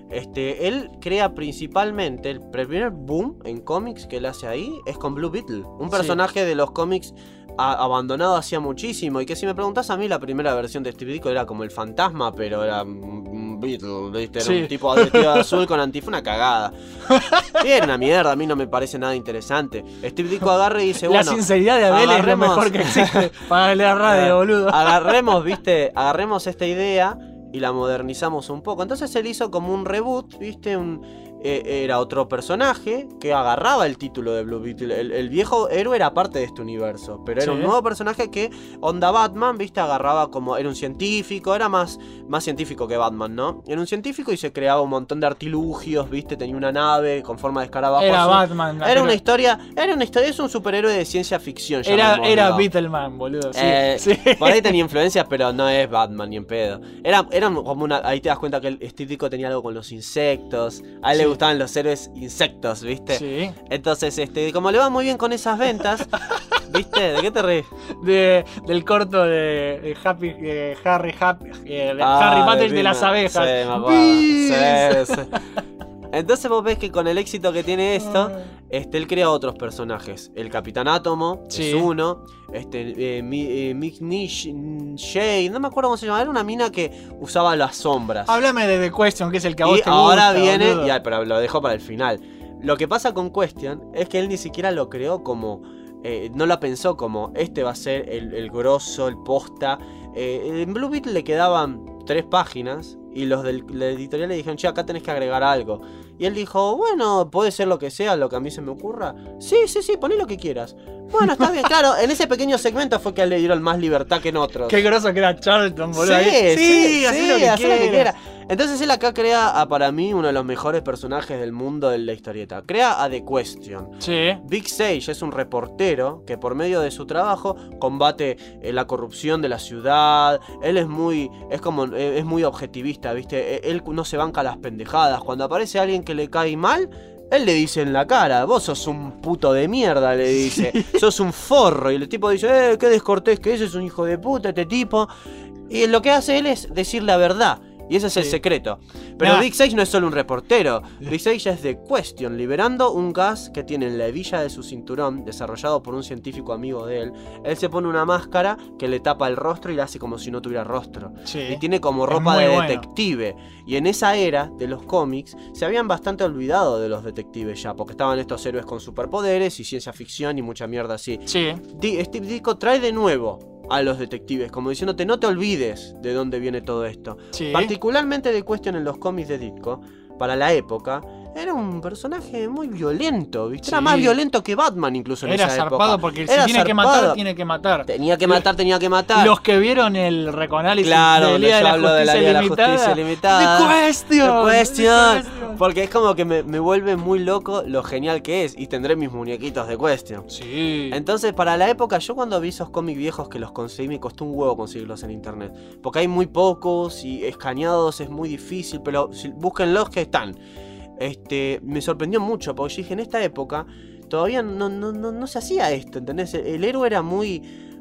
Él crea principalmente el primer boom en cómics que él hace ahí es con Blue Beetle, un Sí. personaje de los cómics abandonado hacía muchísimo. Y que si me preguntás a mí, la primera versión de Steve Ditko era como el fantasma, pero era un Beatle, ¿viste? Era un tipo vestido de azul con antifaz, una cagada. Y era una mierda, a mí no me parece nada interesante. Steve Ditko agarra y dice, la sinceridad de Abel es lo mejor que existe para la radio, boludo. Agarremos esta idea y la modernizamos un poco. Entonces él hizo como un reboot, ¿viste? Era otro personaje que agarraba el título de Blue Beetle. El viejo héroe era parte de este universo, pero era un nuevo personaje que, onda Batman, ¿viste? Agarraba como... Era un científico, era más científico que Batman, ¿no? Era un científico y se creaba un montón de artilugios, ¿viste? Tenía una nave con forma de escarabajo. Era Batman. Era una historia, es un superhéroe de ciencia ficción. Era Beetleman, boludo. Sí. Por ahí tenía influencias, pero no es Batman ni en pedo. Era como una... Ahí te das cuenta que el estético tenía algo con los insectos. A él le gustaban los héroes insectos, ¿viste? Sí. Entonces, como le va muy bien con esas ventas, ¿viste? ¿De qué te reís? Del corto de Harry Potter de las abejas. Sí, me acuerdo. Sí. Entonces vos ves que con el éxito que tiene esto, él crea otros personajes. El Capitán Átomo es uno. Shade, no me acuerdo cómo se llama. Era una mina que usaba las sombras. Háblame de The Question, que es el que a vos te gusta. Ahora viene, pero lo dejo para el final. Lo que pasa con Question es que él ni siquiera lo creó como... no la pensó como, va a ser el grosso, el posta. En Blue Beetle le quedaban 3 páginas y los de la editorial le dijeron, che, acá tenés que agregar algo. Y él dijo, bueno, puede ser lo que sea, lo que a mí se me ocurra. Sí, poné lo que quieras. Bueno, está bien, claro, en ese pequeño segmento fue que a él le dieron más libertad que en otros. Qué groso que era Charlton, boludo. Sí, así lo que quiera. Entonces él acá crea, para mí, uno de los mejores personajes del mundo de la historieta. Crea a The Question. Sí. Big Sage es un reportero que por medio de su trabajo combate la corrupción de la ciudad. Él es muy objetivista, ¿viste? Él no se banca las pendejadas. Cuando aparece alguien que le cae mal, él le dice en la cara, vos sos un puto de mierda, le dice. Sos un forro. Y el tipo dice, qué descortés que es un hijo de puta este tipo. Y lo que hace él es decir la verdad. Y ese es el secreto. Pero Big Sage no es solo un reportero. Big Sage es The Question, liberando un gas que tiene en la hebilla de su cinturón, desarrollado por un científico amigo de él. Él se pone una máscara que le tapa el rostro y le hace como si no tuviera rostro. Y tiene como ropa de detective. Y en esa era de los cómics se habían bastante olvidado de los detectives ya, porque estaban estos héroes con superpoderes y ciencia ficción y mucha mierda así. Steve Ditko trae de nuevo a los detectives, como diciéndote, no te olvides de dónde viene todo esto. Particularmente The Question en los cómics de Ditko, para la época, era un personaje muy violento, ¿viste? Era más violento que Batman incluso en esa época. Era zarpado porque si tiene que matar, tiene que matar. Tenía que matar. Los que vieron el recoanálisis de la Liga de la Justicia Limitada. The Question. Porque es como que me vuelve muy loco lo genial que es. Y tendré mis muñequitos de Question. Sí. Entonces, para la época, yo cuando vi esos cómics viejos que los conseguí, me costó un huevo conseguirlos en internet. Porque hay muy pocos y escaneados es muy difícil. Pero búsquenlos que están. Me sorprendió mucho, porque yo dije, en esta época todavía no se hacía esto, ¿entendés? El héroe era muy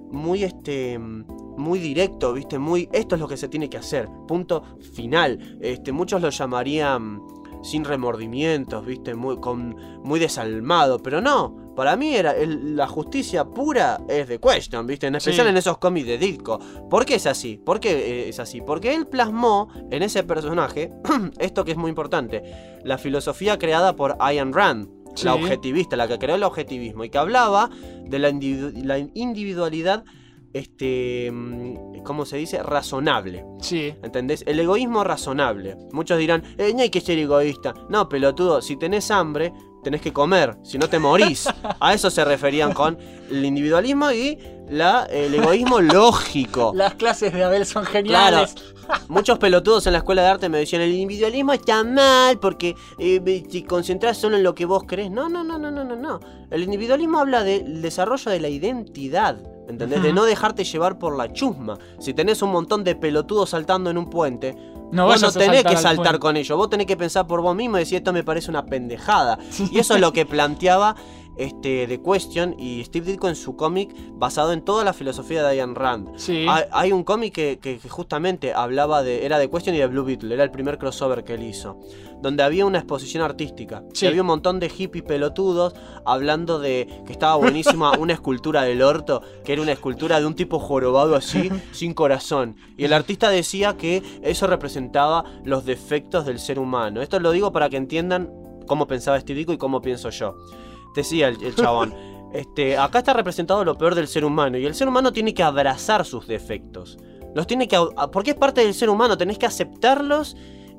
directo, ¿viste? Esto es lo que se tiene que hacer, punto final. Muchos lo llamarían sin remordimientos, ¿viste? Muy desalmado, pero no. Para mí la justicia pura es The Question, ¿viste? En especial en esos cómics de Ditko. ¿Por qué es así? Porque él plasmó en ese personaje esto que es muy importante. La filosofía creada por Ayn Rand, la objetivista, la que creó el objetivismo y que hablaba de la individualidad, ¿cómo se dice? Razonable. ¿Entendés? El egoísmo razonable. Muchos dirán, no hay que ser egoísta. No, pelotudo, si tenés hambre, tenés que comer, si no te morís. A eso se referían con el individualismo y el egoísmo lógico. Las clases de Abel son geniales. Claro. Muchos pelotudos en la escuela de arte me decían, el individualismo está mal porque te concentrás solo en lo que vos crees. No. El individualismo habla del desarrollo de la identidad. ¿Entendés? De no dejarte llevar por la chusma. Si tenés un montón de pelotudos saltando en un puente, vos no tenés que saltar con ellos. Vos tenés que pensar por vos mismo y decir, esto me parece una pendejada. Y eso es lo que planteaba The Question y Steve Ditko en su cómic basado en toda la filosofía de Ayn Rand. Sí. Hay un cómic que justamente hablaba era The Question y de Blue Beetle, era el primer crossover que él hizo, donde había una exposición artística. Sí. Y había un montón de hippies pelotudos hablando de que estaba buenísima una escultura del orto, que era una escultura de un tipo jorobado así, sin corazón. Y el artista decía que eso representaba los defectos del ser humano. Esto lo digo para que entiendan cómo pensaba Steve Ditko y cómo pienso yo. Decía el chabón, acá está representado lo peor del ser humano, y el ser humano tiene que abrazar sus defectos. Los tiene que, porque es parte del ser humano, tenés que aceptarlos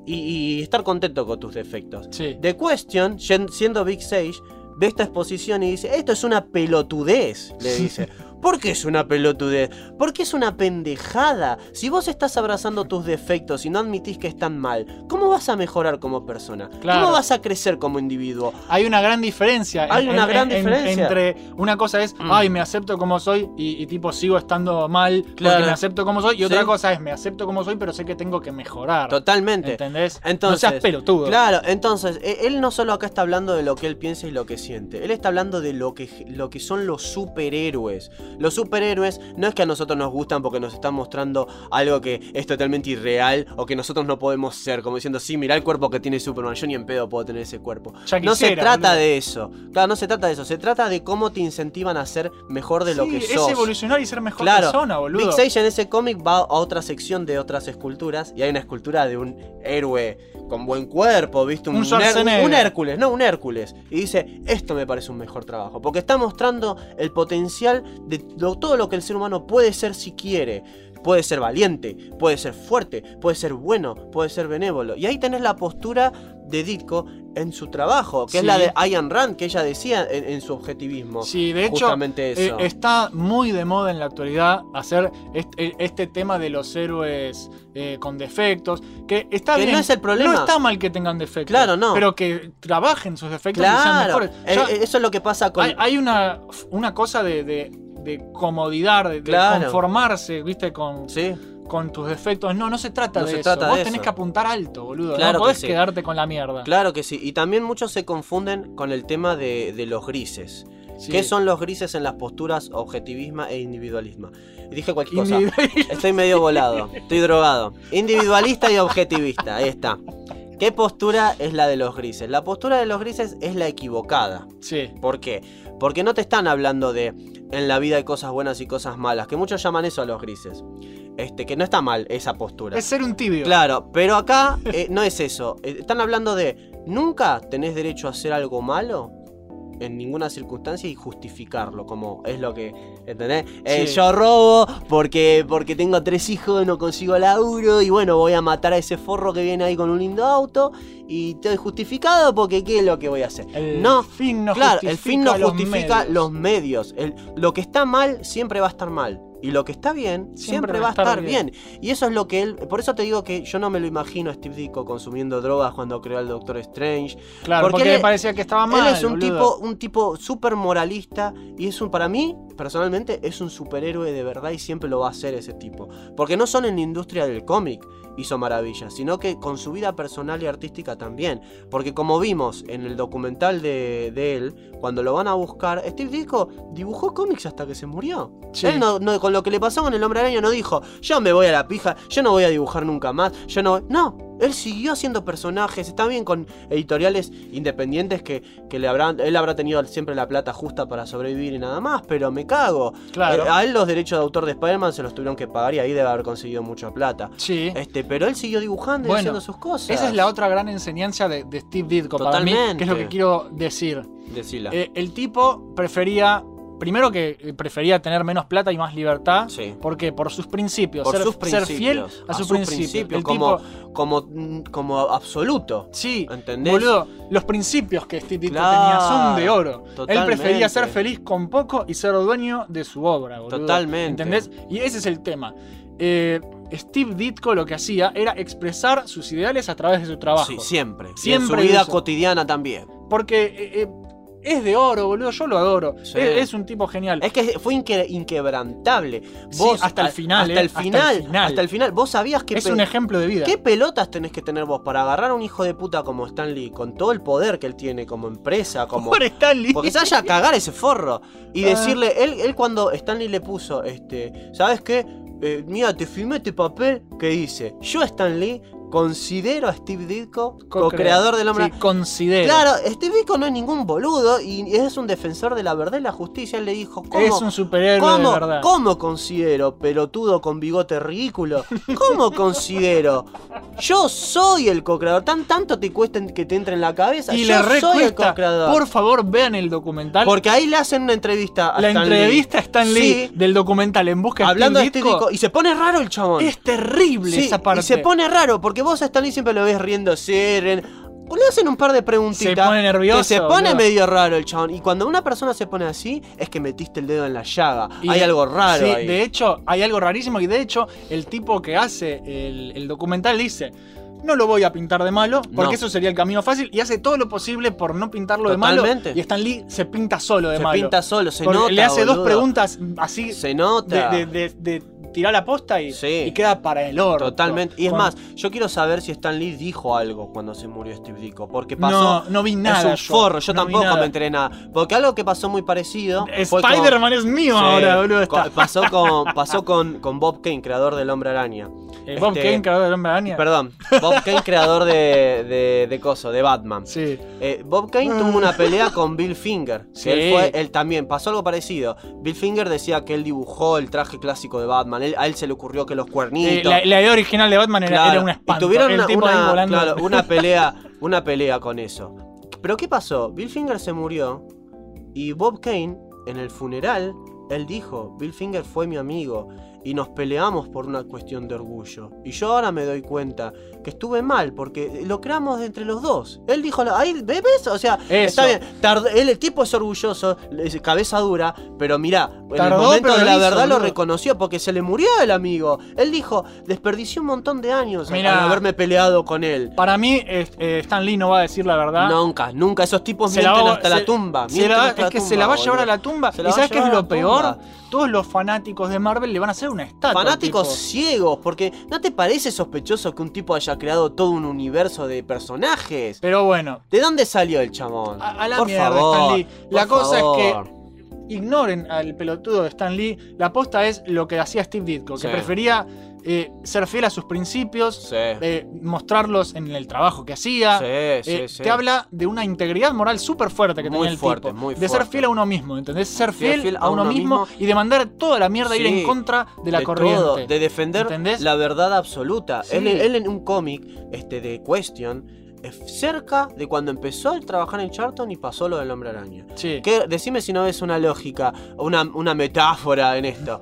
y estar contento con tus defectos. Sí. The Question, siendo Big Sage, ve esta exposición y dice, esto es una pelotudez, le dice. ¿Por qué es una pelotudez? Porque es una pendejada. Si vos estás abrazando tus defectos y no admitís que están mal, ¿cómo vas a mejorar como persona? Claro. ¿Cómo vas a crecer como individuo? Hay una gran diferencia. Hay una gran diferencia. Entre una cosa es, ay, me acepto como soy y tipo sigo estando mal porque Claro. me acepto como soy. Y Sí. otra cosa es, me acepto como soy, pero sé que tengo que mejorar. Totalmente. ¿Entendés? Entonces, no seas pelotudo. Claro, entonces, él no solo acá está hablando de lo que él piensa y lo que siente. Él está hablando de lo que son los superhéroes. Los superhéroes no es que a nosotros nos gustan porque nos están mostrando algo que es totalmente irreal o que nosotros no podemos ser. Como diciendo, sí, mirá el cuerpo que tiene Superman, yo ni en pedo puedo tener ese cuerpo. Ya No se quisiera, trata boludo. de eso. Claro, no se trata de eso. Se trata de cómo te incentivan a ser mejor de lo que Sí, sos. es evolucionar y ser mejor Claro, persona, boludo. Big Sage en ese cómic va a otra sección de otras esculturas y hay una escultura de un héroe con buen cuerpo, ¿viste? Un Schwarzenegger. Un Hércules, no, un Hércules. Y dice, esto me parece un mejor trabajo, porque está mostrando el potencial de todo lo que el ser humano puede ser si quiere. Puede ser valiente, puede ser fuerte, puede ser bueno, puede ser benévolo. Y ahí tenés la postura de Ditko en su trabajo, que Sí. es la de Ayn Rand, que ella decía en su objetivismo. Sí, de hecho, justamente eso. está muy de moda en la actualidad hacer este tema de los héroes con defectos, que está Que bien. no es el problema. No está mal que tengan defectos. Claro, no. Pero que trabajen sus defectos y sean Claro, mejores. Ya, eso es lo que pasa con... hay una cosa de comodidad, de Claro. conformarse, ¿viste? Con tus defectos. No se trata No de se eso. trata Vos de tenés eso. que apuntar alto, boludo. Claro no que podés sí. quedarte con la mierda. Claro que sí. Y también muchos se confunden con el tema de los grises. Sí. ¿Qué son los grises en las posturas objetivismo e individualismo? Y dije cualquier cosa. Individualista. Estoy medio volado. Estoy drogado. Individualista y objetivista. Ahí está. ¿Qué postura es la de los grises? La postura de los grises es la equivocada. Sí. ¿Por qué? Porque no te están hablando de en la vida hay cosas buenas y cosas malas, que muchos llaman eso a los grises. Que no está mal esa postura. Es ser un tibio. Claro, pero acá no es eso. Están hablando de nunca tenés derecho a hacer algo malo en ninguna circunstancia y justificarlo, como es lo que, ¿entendés? Sí. Yo robo porque tengo 3 hijos, no consigo laburo y bueno, voy a matar a ese forro que viene ahí con un lindo auto y estoy justificado porque ¿qué es lo que voy a hacer? El fin no claro, justifica el fin no los justifica medios. los medios. Lo que está mal siempre va a estar mal. Y lo que está bien, siempre va a estar bien. Y eso es lo que él... Por eso te digo que yo no me lo imagino a Steve Ditko consumiendo drogas cuando creó al Doctor Strange. Claro, porque él le parecía que estaba mal. Él es boludo. un tipo súper moralista y es para mí, personalmente, es un superhéroe de verdad y siempre lo va a ser ese tipo. Porque no solo en la industria del cómic hizo maravillas, sino que con su vida personal y artística también. Porque como vimos en el documental de él, cuando lo van a buscar, Steve Ditko dibujó cómics hasta que se murió. Sí. Él con lo que le pasó con el Hombre Araña no dijo, yo me voy a la pija, yo no voy a dibujar nunca más, yo no... No, él siguió haciendo personajes, está bien con editoriales independientes que él habrá tenido siempre la plata justa para sobrevivir y nada más, pero me cago. Claro. A él los derechos de autor de Spider-Man se los tuvieron que pagar y ahí debe haber conseguido mucha plata. Sí. Pero él siguió dibujando y Bueno, haciendo sus cosas. Esa es la otra gran enseñanza de Steve Ditko para mí, Totalmente. que es lo que quiero decir. Decila. El tipo prefería... Primero que prefería tener menos plata y más libertad. Sí. Porque por sus principios. Por ser, sus ser fiel principios, a sus principios. El como, tipo, como absoluto. sí, ¿entendés? boludo, los principios que Steve Ditko Claro, tenía son de oro. Él totalmente. prefería ser feliz con poco y ser dueño de su obra, boludo. Totalmente. ¿Entendés? Y ese es el tema. Steve Ditko lo que hacía era expresar sus ideales a través de su trabajo. Sí, siempre. Y en Siempre su vida eso. cotidiana también. Porque es de oro, boludo, yo lo adoro. Sí. Es un tipo genial. Es que fue inquebrantable. Sí, hasta el final, Hasta el final. Vos sabías que... Es un ejemplo de vida. ¿Qué pelotas tenés que tener vos para agarrar a un hijo de puta como Stan Lee, con todo el poder que él tiene como empresa, como... Por Stan Lee. Porque se vaya a cagar ese forro. Y decirle, él cuando Stan Lee le puso, ¿sabes qué? Mira, te filmé este papel que dice, yo Stan Lee considero a Steve Ditko co-creador del Hombre. Sí, considero. Claro, Steve Ditko no es ningún boludo y es un defensor de la verdad y la justicia. Él le dijo, ¿cómo? Es un superhéroe de verdad. ¿Cómo considero, pelotudo con bigote ridículo? ¿Cómo considero? Yo soy el co-creador. Tanto te cuesta que te entre en la cabeza. Y yo le soy el co-creador. Por favor, vean el documental. Porque ahí le hacen una entrevista a Stan Lee. A Stan Lee del documental En Busca de hablando Steve de Steve Ditko. Y se pone raro el chabón. Es terrible esa parte. Y se pone raro porque vos a Stan Lee siempre lo ves riéndose. Le hacen un par de preguntitas. Se pone nervioso. Que se pone boludo. medio raro el chabón. Y cuando una persona se pone así, es que metiste el dedo en la llaga. Hay algo raro ahí. De hecho, hay algo rarísimo. Y de hecho, el tipo que hace el documental dice: no lo voy a pintar de malo, porque eso sería el camino fácil. Y hace todo lo posible por no pintarlo de malo. Y Stan Lee se pinta solo de malo. Se pinta solo, se nota. Le hace boludo. dos preguntas así. Se nota. De tirar la posta y queda para el orto. Totalmente. Y es más, yo quiero saber si Stan Lee dijo algo cuando se murió Steve Ditko. Porque pasó. No vi nada. Es un forro, yo tampoco me enteré nada. Porque algo que pasó muy parecido. Spider-Man es mío ahora, boludo. Pasó con Bob Kane, creador del Hombre Araña. Bob Kane, creador del Hombre Araña. Perdón, Bob Kane, creador de Batman. Sí. Bob Kane tuvo una pelea con Bill Finger. Que él también pasó algo parecido. Bill Finger decía que él dibujó el traje clásico de Batman. A él se le ocurrió que los cuernitos. La idea original de Batman era un espanto. Y tuvieron una pelea con eso. Pero ¿qué pasó? Bill Finger se murió y Bob Kane, en el funeral, él dijo: Bill Finger fue mi amigo y nos peleamos por una cuestión de orgullo. Y yo ahora me doy cuenta que estuve mal porque lo creamos entre los dos. Él dijo, ahí, ¿ves? O sea, está bien. El tipo es orgulloso, cabeza dura, pero mirá, en el momento de la verdad lo reconoció porque se le murió el amigo. Él dijo, desperdicié un montón de años al haberme peleado con él. Para mí, Stan Lee no va a decir la verdad. Nunca. Esos tipos mienten hasta la tumba. Se la va a llevar a la tumba. ¿Y sabes qué es lo peor? Todos los fanáticos de Marvel le van a hacer una estatua. Fanáticos ciegos, porque ¿no te parece sospechoso que un tipo haya creado todo un universo de personajes? Pero bueno. ¿De dónde salió el chabón? A la mierda, Stan Lee. La cosa es que ignoren al pelotudo de Stan Lee. La posta es lo que hacía Steve Ditko, que prefería ser fiel a sus principios, mostrarlos en el trabajo que hacía. Te habla de una integridad moral súper fuerte que tenía el tipo. De ser fiel a uno mismo, ¿entendés? Ser fiel a uno mismo y de mandar toda la mierda, ir en contra de la corriente. Todo, de defender la verdad absoluta. Él en un cómic de Question, cerca de cuando empezó a trabajar en Charlton y pasó lo del Hombre Araña. Decime si no ves una lógica, una metáfora en esto.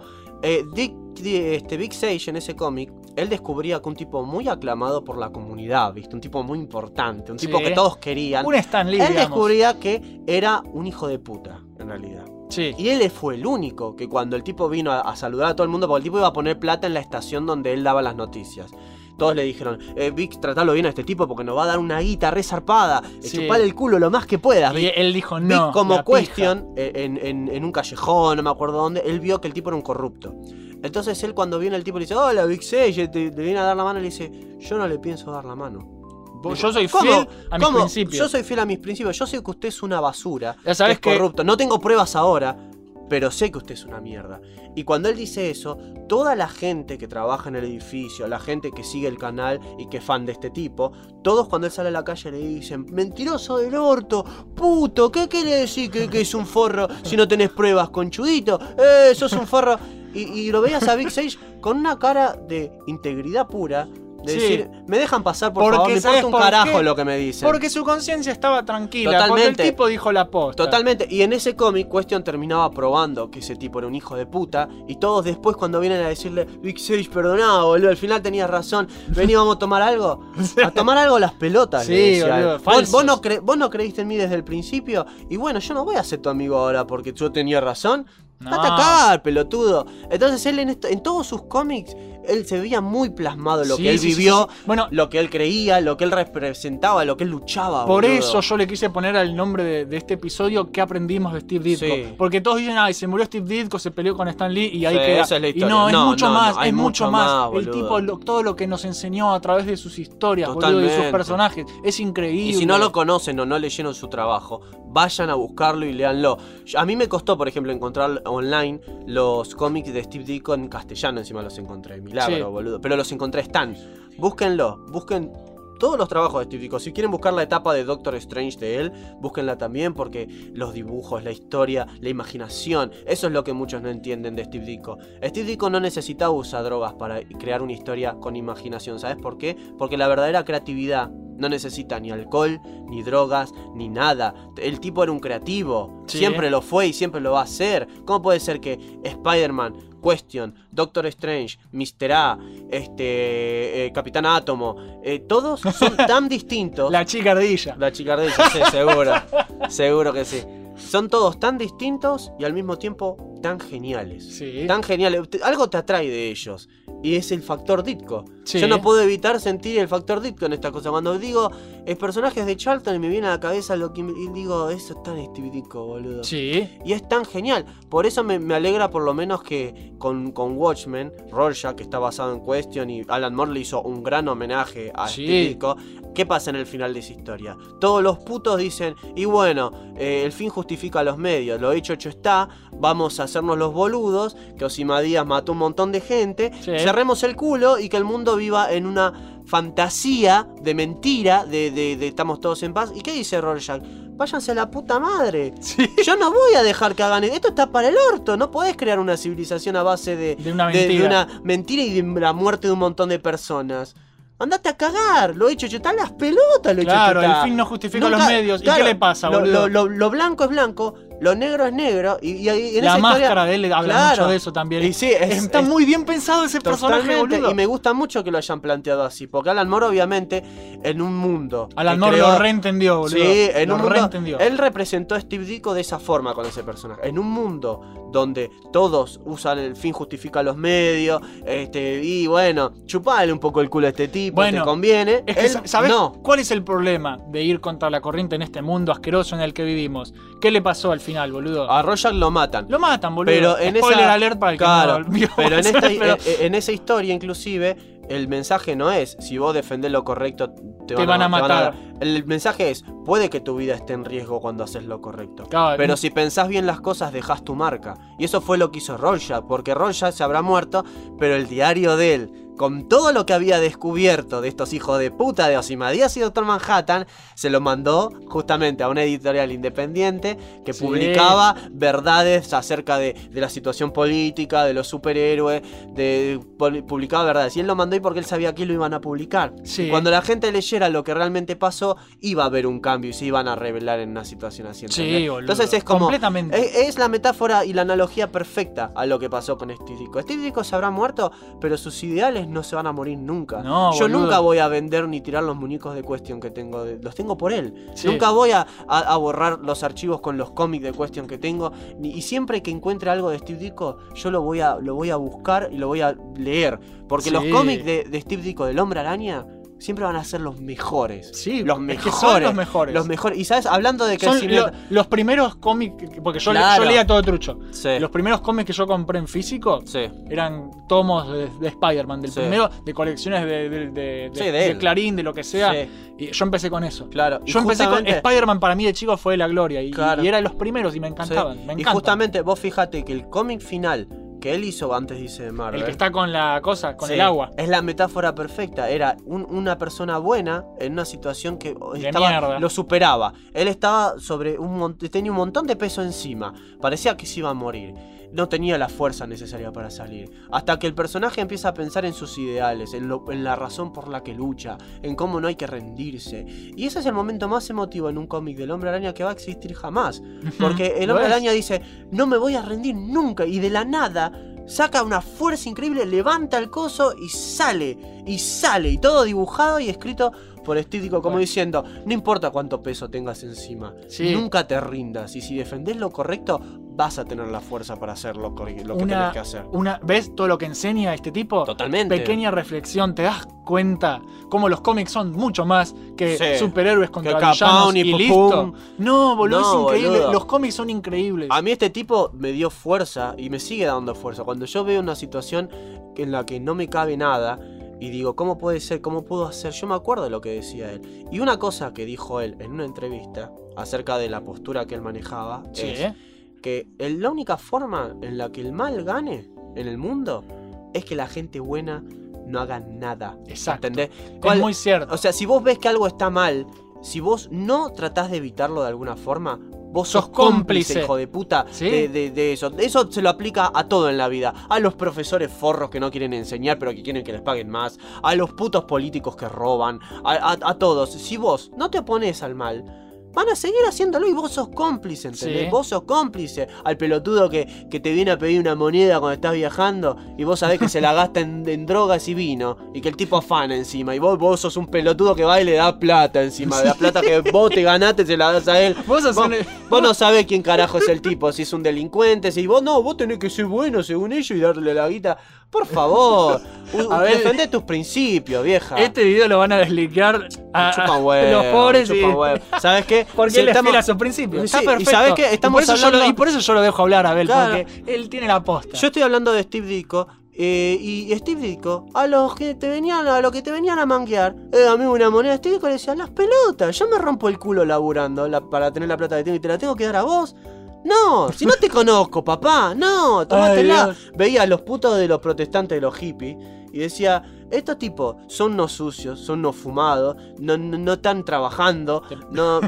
Big Sage en ese cómic, él descubría que un tipo muy aclamado por la comunidad, ¿viste? Un tipo muy importante, un tipo que todos querían. Un Stan Lee, él descubría que era un hijo de puta, en realidad. Y él fue el único que cuando el tipo vino a saludar a todo el mundo, porque el tipo iba a poner plata en la estación donde él daba las noticias. Todos le dijeron, Vic, tratalo bien a este tipo porque nos va a dar una guita re zarpada. Chupale el culo lo más que puedas. Y él dijo no. Vic, como Question, en un callejón, no me acuerdo dónde, él vio que el tipo era un corrupto. Entonces él, cuando viene el tipo, le dice, hola Big Sage, te viene a dar la mano y le dice, yo no le pienso dar la mano. Yo soy fiel a mis principios. Yo soy fiel a mis principios. Yo sé que usted es una basura, ya sabes que es corrupto. No tengo pruebas ahora, pero sé que usted es una mierda. Y cuando él dice eso, toda la gente que trabaja en el edificio, la gente que sigue el canal y que es fan de este tipo, todos cuando él sale a la calle le dicen, mentiroso del orto, puto, ¿qué quiere decir que es un forro si no tenés pruebas, conchudito? Sos un forro. Y lo veías a Big Sage con una cara de integridad pura. De decir, me dejan pasar por favor, me importa un carajo lo que me dicen. Porque su conciencia estaba tranquila, porque el tipo dijo la posta. Totalmente, y en ese cómic Question terminaba probando que ese tipo era un hijo de puta. Y todos después cuando vienen a decirle, Big Sage, perdoná, boludo, al final tenías razón, vení, vamos a tomar algo. A tomar algo las pelotas. Sí, boludo, vos no creíste en mí desde el principio. Y bueno, yo no voy a ser tu amigo ahora porque yo tenía razón. Date a cagar, pelotudo. Entonces él en todos sus cómics él se veía muy plasmado lo que él vivió, Bueno, lo que él creía, lo que él representaba, lo que él luchaba. Por boludo. eso yo le quise poner al nombre de este episodio ¿qué aprendimos de Steve Ditko? Sí. Porque todos dicen, ay, se murió Steve Ditko, se peleó con Stan Lee y ahí Sí, queda. esa es la Y historia. no, es No, mucho no, más, no, hay es mucho más. El boludo. tipo, todo lo que nos enseñó a través de sus historias, boludo, y Totalmente. sus personajes, es increíble. Y si no lo conocen o no leyeron su trabajo, vayan a buscarlo y léanlo. A mí me costó, por ejemplo, encontrar online los cómics de Steve Ditko en castellano, encima los encontré. Milagro, Sí. boludo. Pero los encontré, están. Búsquenlo, busquen todos los trabajos de Steve Ditko. Si quieren buscar la etapa de Doctor Strange de él, búsquenla también, porque los dibujos, la historia, la imaginación, eso es lo que muchos no entienden de Steve Ditko. Steve Ditko no necesitaba usar drogas para crear una historia con imaginación. ¿Sabes por qué? Porque la verdadera creatividad no necesita ni alcohol, ni drogas, ni nada. El tipo era un creativo. Sí. Siempre lo fue y siempre lo va a ser. ¿Cómo puede ser que Spider-Man, Question, Doctor Strange, Mr. A, Capitán Átomo, todos son tan distintos? La chica ardilla. La chica ardilla, sí, seguro. Seguro que sí. Son todos tan distintos y al mismo tiempo tan geniales. Sí. Tan geniales. Algo te atrae de ellos. Y es el factor Ditko. Sí. Yo no puedo evitar sentir el factor Ditko en esta cosa. Cuando digo personajes de Charlton y me viene a la cabeza lo que y digo, eso es tan Steve Ditko, boludo. Sí. Y es tan genial. Por eso me alegra por lo menos que con Watchmen, Rorschach, que está basado en Question, y Alan Moore le hizo un gran homenaje a Sí. Steve Ditko. ¿Qué pasa en el final de esa historia? Todos los putos dicen, y bueno, el fin justifica los medios, lo hecho está, vamos a hacernos los boludos, que Ozymandias mató un montón de gente, Sí. cerremos el culo y que el mundo viva en una fantasía de mentira, de estamos todos en paz. ¿Y qué dice Rorschach? Váyanse a la puta madre. Sí. Yo no voy a dejar que hagan esto, está para el orto. No podés crear una civilización a base de una mentira. de una mentira y de la muerte de un montón de personas. Andate a cagar, lo hecho está las pelotas, lo Claro, hecho está. el fin no justifica los medios. ¿Y qué le pasa, lo, boludo? lo blanco es blanco, lo negro es negro. Y en La esa máscara historia, de él habla claro. mucho de eso también. Y sí, Está muy bien pensado ese personaje, totalmente, boludo. y me gusta mucho que lo hayan planteado así. Porque Alan Moore, obviamente, en un mundo. Alan que Moore creó- lo reentendió, boludo. Sí, en lo un mundo. reentendió. Él representó a Steve Ditko de esa forma con ese personaje. En un mundo donde todos usan el fin justifica los medios. Y bueno, chupale un poco el culo a este tipo, Bueno, te conviene. Es que, Él, ¿sabes no. cuál es el problema de ir contra la corriente en este mundo asqueroso en el que vivimos? ¿Qué le pasó al final, boludo? A Rorschach lo matan. Lo matan, boludo. Pero en Spoiler esa, alert para el que claro, no vio. pero en, esta, Pero en esa historia inclusive el mensaje no es si vos defendés lo correcto te van a matar. El mensaje es puede que tu vida esté en riesgo cuando haces lo correcto, Claro, pero si pensás bien las cosas dejás tu marca. Y eso fue lo que hizo Rorschach, porque Rorschach se habrá muerto, pero el diario de él, con todo lo que había descubierto de estos hijos de puta de Ozymandias y Dr. Manhattan, se lo mandó justamente a una editorial independiente que Sí. publicaba verdades acerca de la situación política, de los superhéroes, publicaba verdades. Y él lo mandó ahí porque él sabía que lo iban a publicar. Sí. Y cuando la gente leyera lo que realmente pasó, iba a haber un cambio y se iban a revelar en una situación así. ¿entendés? Sí, boludo. Entonces es como... Completamente. Es la metáfora y la analogía perfecta a lo que pasó con Steve Ditko. Steve Ditko se habrá muerto, pero sus ideales no se van a morir nunca. No, Yo boludo. nunca voy a vender ni tirar los muñecos de Question que tengo. Los tengo por él. Sí. Nunca voy a borrar los archivos con los cómics de Question que tengo. Y siempre que encuentre algo de Steve Ditko, yo lo voy a buscar y lo voy a leer. Porque Sí. los cómics de Steve Ditko, del Hombre Araña, siempre van a ser los mejores. Sí, los es mejores. que son los mejores. Los mejores. Y sabes, hablando de Son crecimiento. los primeros cómics, porque yo Claro. leía todo trucho. Sí. Los primeros cómics que yo compré en físico Sí. eran tomos de Spider-Man, del Sí. primero, de colecciones de Sí, de de él. Clarín, de lo que sea. Sí. Y yo empecé con eso. Claro. Y Yo empecé con justamente- Spider-Man, para mí de chico fue la gloria. Y, Claro. y era de los primeros y me encantaban. Sí. Me Y encantan. justamente vos fíjate que el cómic final que él hizo antes, dice de Marvel, El que está con la cosa, con sí, el agua. es la metáfora perfecta. Era una persona buena en una situación que mierda. lo superaba. Él estaba sobre tenía un montón de peso encima. Parecía que se iba a morir. No tenía la fuerza necesaria para salir. Hasta que el personaje empieza a pensar en sus ideales, en la razón por la que lucha, en cómo no hay que rendirse. Y ese es el momento más emotivo en un cómic del Hombre Araña que va a existir jamás. Porque el Lo Hombre es. Araña dice, no me voy a rendir nunca. Y de la nada saca una fuerza increíble, levanta el coso y sale. Y sale. Y todo dibujado y escrito por Steve Ditko, como Bueno. diciendo, no importa cuánto peso tengas encima, Sí. nunca te rindas. Y si defendés lo correcto, vas a tener la fuerza para hacer lo que tenés que hacer. ¿Ves todo lo que enseña este tipo? Totalmente. Pequeña reflexión, te das cuenta cómo los cómics son mucho más que superhéroes contra que villanos y listo. No, boludo, No, es increíble. boludo. Los cómics son increíbles. A mí este tipo me dio fuerza y me sigue dando fuerza. Cuando yo veo una situación en la que no me cabe nada y digo, ¿cómo puede ser? ¿Cómo puedo hacer? Yo me acuerdo de lo que decía él. Y una cosa que dijo él en una entrevista acerca de la postura que él manejaba es que la única forma en la que el mal gane en el mundo es que la gente buena no haga nada. Exacto. ¿Entendés? Es muy cierto. O sea, si vos ves que algo está mal, si vos no tratás de evitarlo de alguna forma, vos sos cómplice, hijo de puta, ¿sí? de eso. Eso se lo aplica a todo en la vida. A los profesores forros que no quieren enseñar pero que quieren que les paguen más. A los putos políticos que roban. A todos. Si vos no te opones al mal, van a seguir haciéndolo y vos sos cómplice, ¿entendés? Sí. Vos sos cómplice. Al pelotudo que te viene a pedir una moneda cuando estás viajando y vos sabés que se la gasta en drogas y vino y que el tipo afana encima y vos sos un pelotudo que va y le da plata encima. De la plata que vos te ganaste se la das a él. Vos no sabés quién carajo es el tipo, si es un delincuente, si vos tenés que ser bueno según ellos y darle la guita. Por favor, defendé tus principios, vieja. Este video lo van a desliquear a Chupan huevo, los pobres chupan huevo. ¿Sabes qué? Porque él es fiel a sus principios. Sí, Está perfecto. ¿y sabés qué? Estamos hablando... y por eso yo lo dejo hablar a Abel, Claro. porque él tiene la posta. Yo estoy hablando de Steve Ditko. Y Steve Ditko, a lo que te venían a manguear, a mí una moneda, Steve Ditko le decía, las pelotas, yo me rompo el culo laburando para tener la plata que tengo y te la tengo que dar a vos. No, si no te conozco, papá, no, tomátela. Veía a los putos de los protestantes de los hippies y decía, estos tipos son unos sucios, son unos fumados, no están trabajando, no.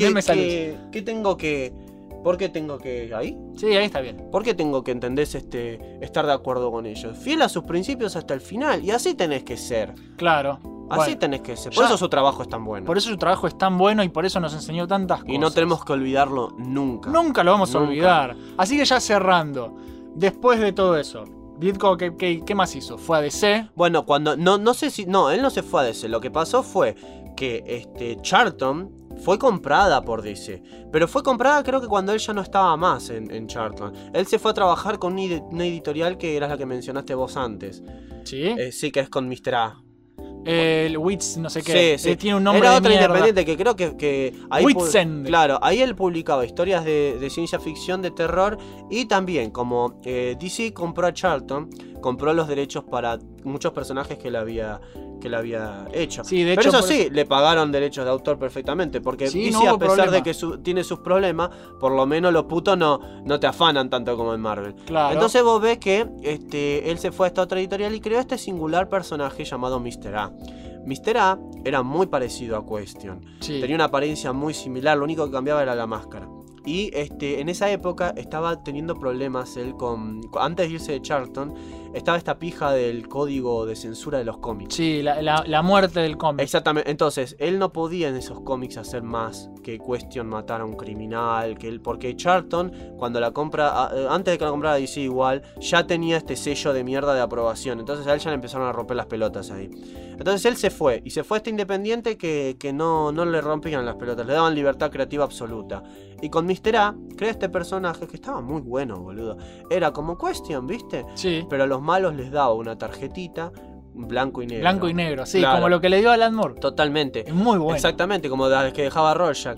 ¿Qué tengo que? ¿Por qué tengo que? ¿Ahí? Sí, ahí está bien. ¿Por qué tengo que, entendés, estar de acuerdo con ellos? Fiel a sus principios hasta el final. Y así tenés que ser. Claro. Así tenés que ser. Por eso su trabajo es tan bueno. Por eso su trabajo es tan bueno y por eso nos enseñó tantas cosas. Y no tenemos que olvidarlo nunca. Nunca lo vamos a olvidar. Así que ya cerrando. Después de todo eso, Ditko, ¿qué más hizo? ¿Fue a DC? Bueno, cuando... No sé si... No, él no se fue a DC. Lo que pasó fue que Charlton fue comprada por DC. Pero fue comprada creo que cuando él ya no estaba más en Charlton. Él se fue a trabajar con una editorial que era la que mencionaste vos antes. ¿Sí? Sí, que es con Mr. A. El Wits, no sé qué. Sí. Tiene un nombre era de otra mierda. independiente que creo que ahí Witsend. claro, ahí él publicaba historias de ciencia ficción, de terror. Y también como DC compró a Charlton, compró los derechos para muchos personajes que le había hecho. Sí, de pero hecho, eso sí, le pagaron derechos de autor perfectamente. Porque sí, DC, no a pesar problema. de que tiene sus problemas, por lo menos los putos no te afanan tanto como en Marvel. Claro. Entonces vos ves que él se fue a esta otra editorial y creó este singular personaje llamado Mr. A. Mr. A era muy parecido a Question. Sí. Tenía una apariencia muy similar, lo único que cambiaba era la máscara. Y en esa época estaba teniendo problemas él antes de irse de Charlton, estaba esta pija del código de censura de los cómics. Sí, la muerte del cómic. Exactamente, entonces él no podía en esos cómics hacer más que Question matar a un criminal, porque Charlton, cuando la compra, antes de que la comprara DC igual, ya tenía este sello de mierda de aprobación, entonces a él ya le empezaron a romper las pelotas ahí. Entonces él se fue, y se fue a este independiente que no le rompían las pelotas, le daban libertad creativa absoluta. Y con Mr. A, creó este personaje que estaba muy bueno, boludo. Era como Question, ¿viste? Sí. Pero a los malos les daba una tarjetita blanco y negro. Blanco y negro, sí, Claro. como lo que le dio a Alan Moore. Totalmente. Es muy bueno. Exactamente, como las que dejaba Rorschach.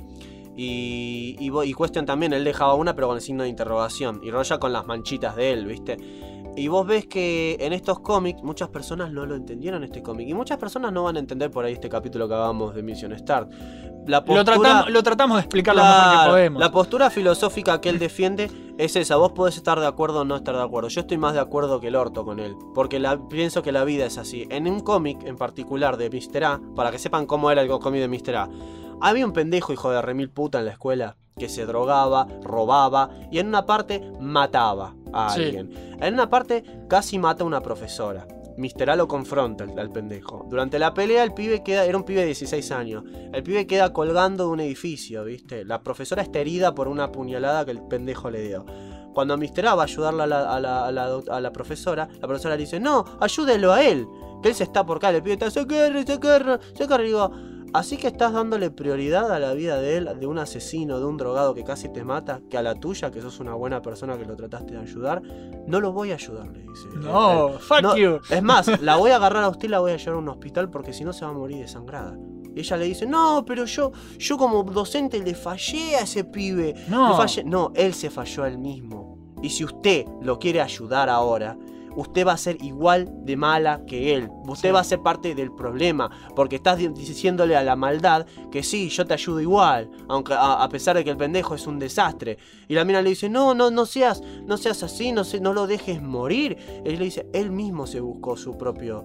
Y Question también, él dejaba una pero con el signo de interrogación. Y Rorschach con las manchitas de él, ¿viste? Y vos ves que en estos cómics muchas personas no lo entendieron este cómic. Y muchas personas no van a entender por ahí este capítulo que hagamos de Mission Start. La postura, lo tratamos de explicar lo mejor que podemos. La postura filosófica que él defiende es esa. Vos podés estar de acuerdo o no estar de acuerdo. Yo estoy más de acuerdo que el orto con él. Porque pienso que la vida es así. En un cómic en particular de Mr. A, para que sepan cómo era el cómic de Mr. A, había un pendejo hijo de remil puta en la escuela que se drogaba, robaba y en una parte mataba a alguien. En una parte casi mata a una profesora. Mr. A lo confronta al pendejo. Durante la pelea el pibe era un pibe de 16 años. El pibe queda colgando de un edificio, ¿viste? La profesora está herida por una puñalada que el pendejo le dio. Cuando Mr. A va a ayudarla a la profesora le dice, no, ayúdelo a él, que él se está por caer. El pibe está, se agarra. Y digo, Así que estás dándole prioridad a la vida de él, de un asesino, de un drogado que casi te mata, que a la tuya, que sos una buena persona que lo trataste de ayudar. No lo voy a ayudar, le dice. No, fuck you. Es más, la voy a agarrar a usted y la voy a llevar a un hospital porque si no se va a morir desangrada. Y ella le dice, no, pero yo como docente le fallé a ese pibe. No. No, él se falló a él mismo. Y si usted lo quiere ayudar ahora, usted va a ser igual de mala que él. Usted va a ser parte del problema, porque estás diciéndole a la maldad que sí, yo te ayudo igual, aunque a pesar de que el pendejo es un desastre. Y la mina le dice, no seas así, no lo dejes morir. Y él le dice, él mismo se buscó su propio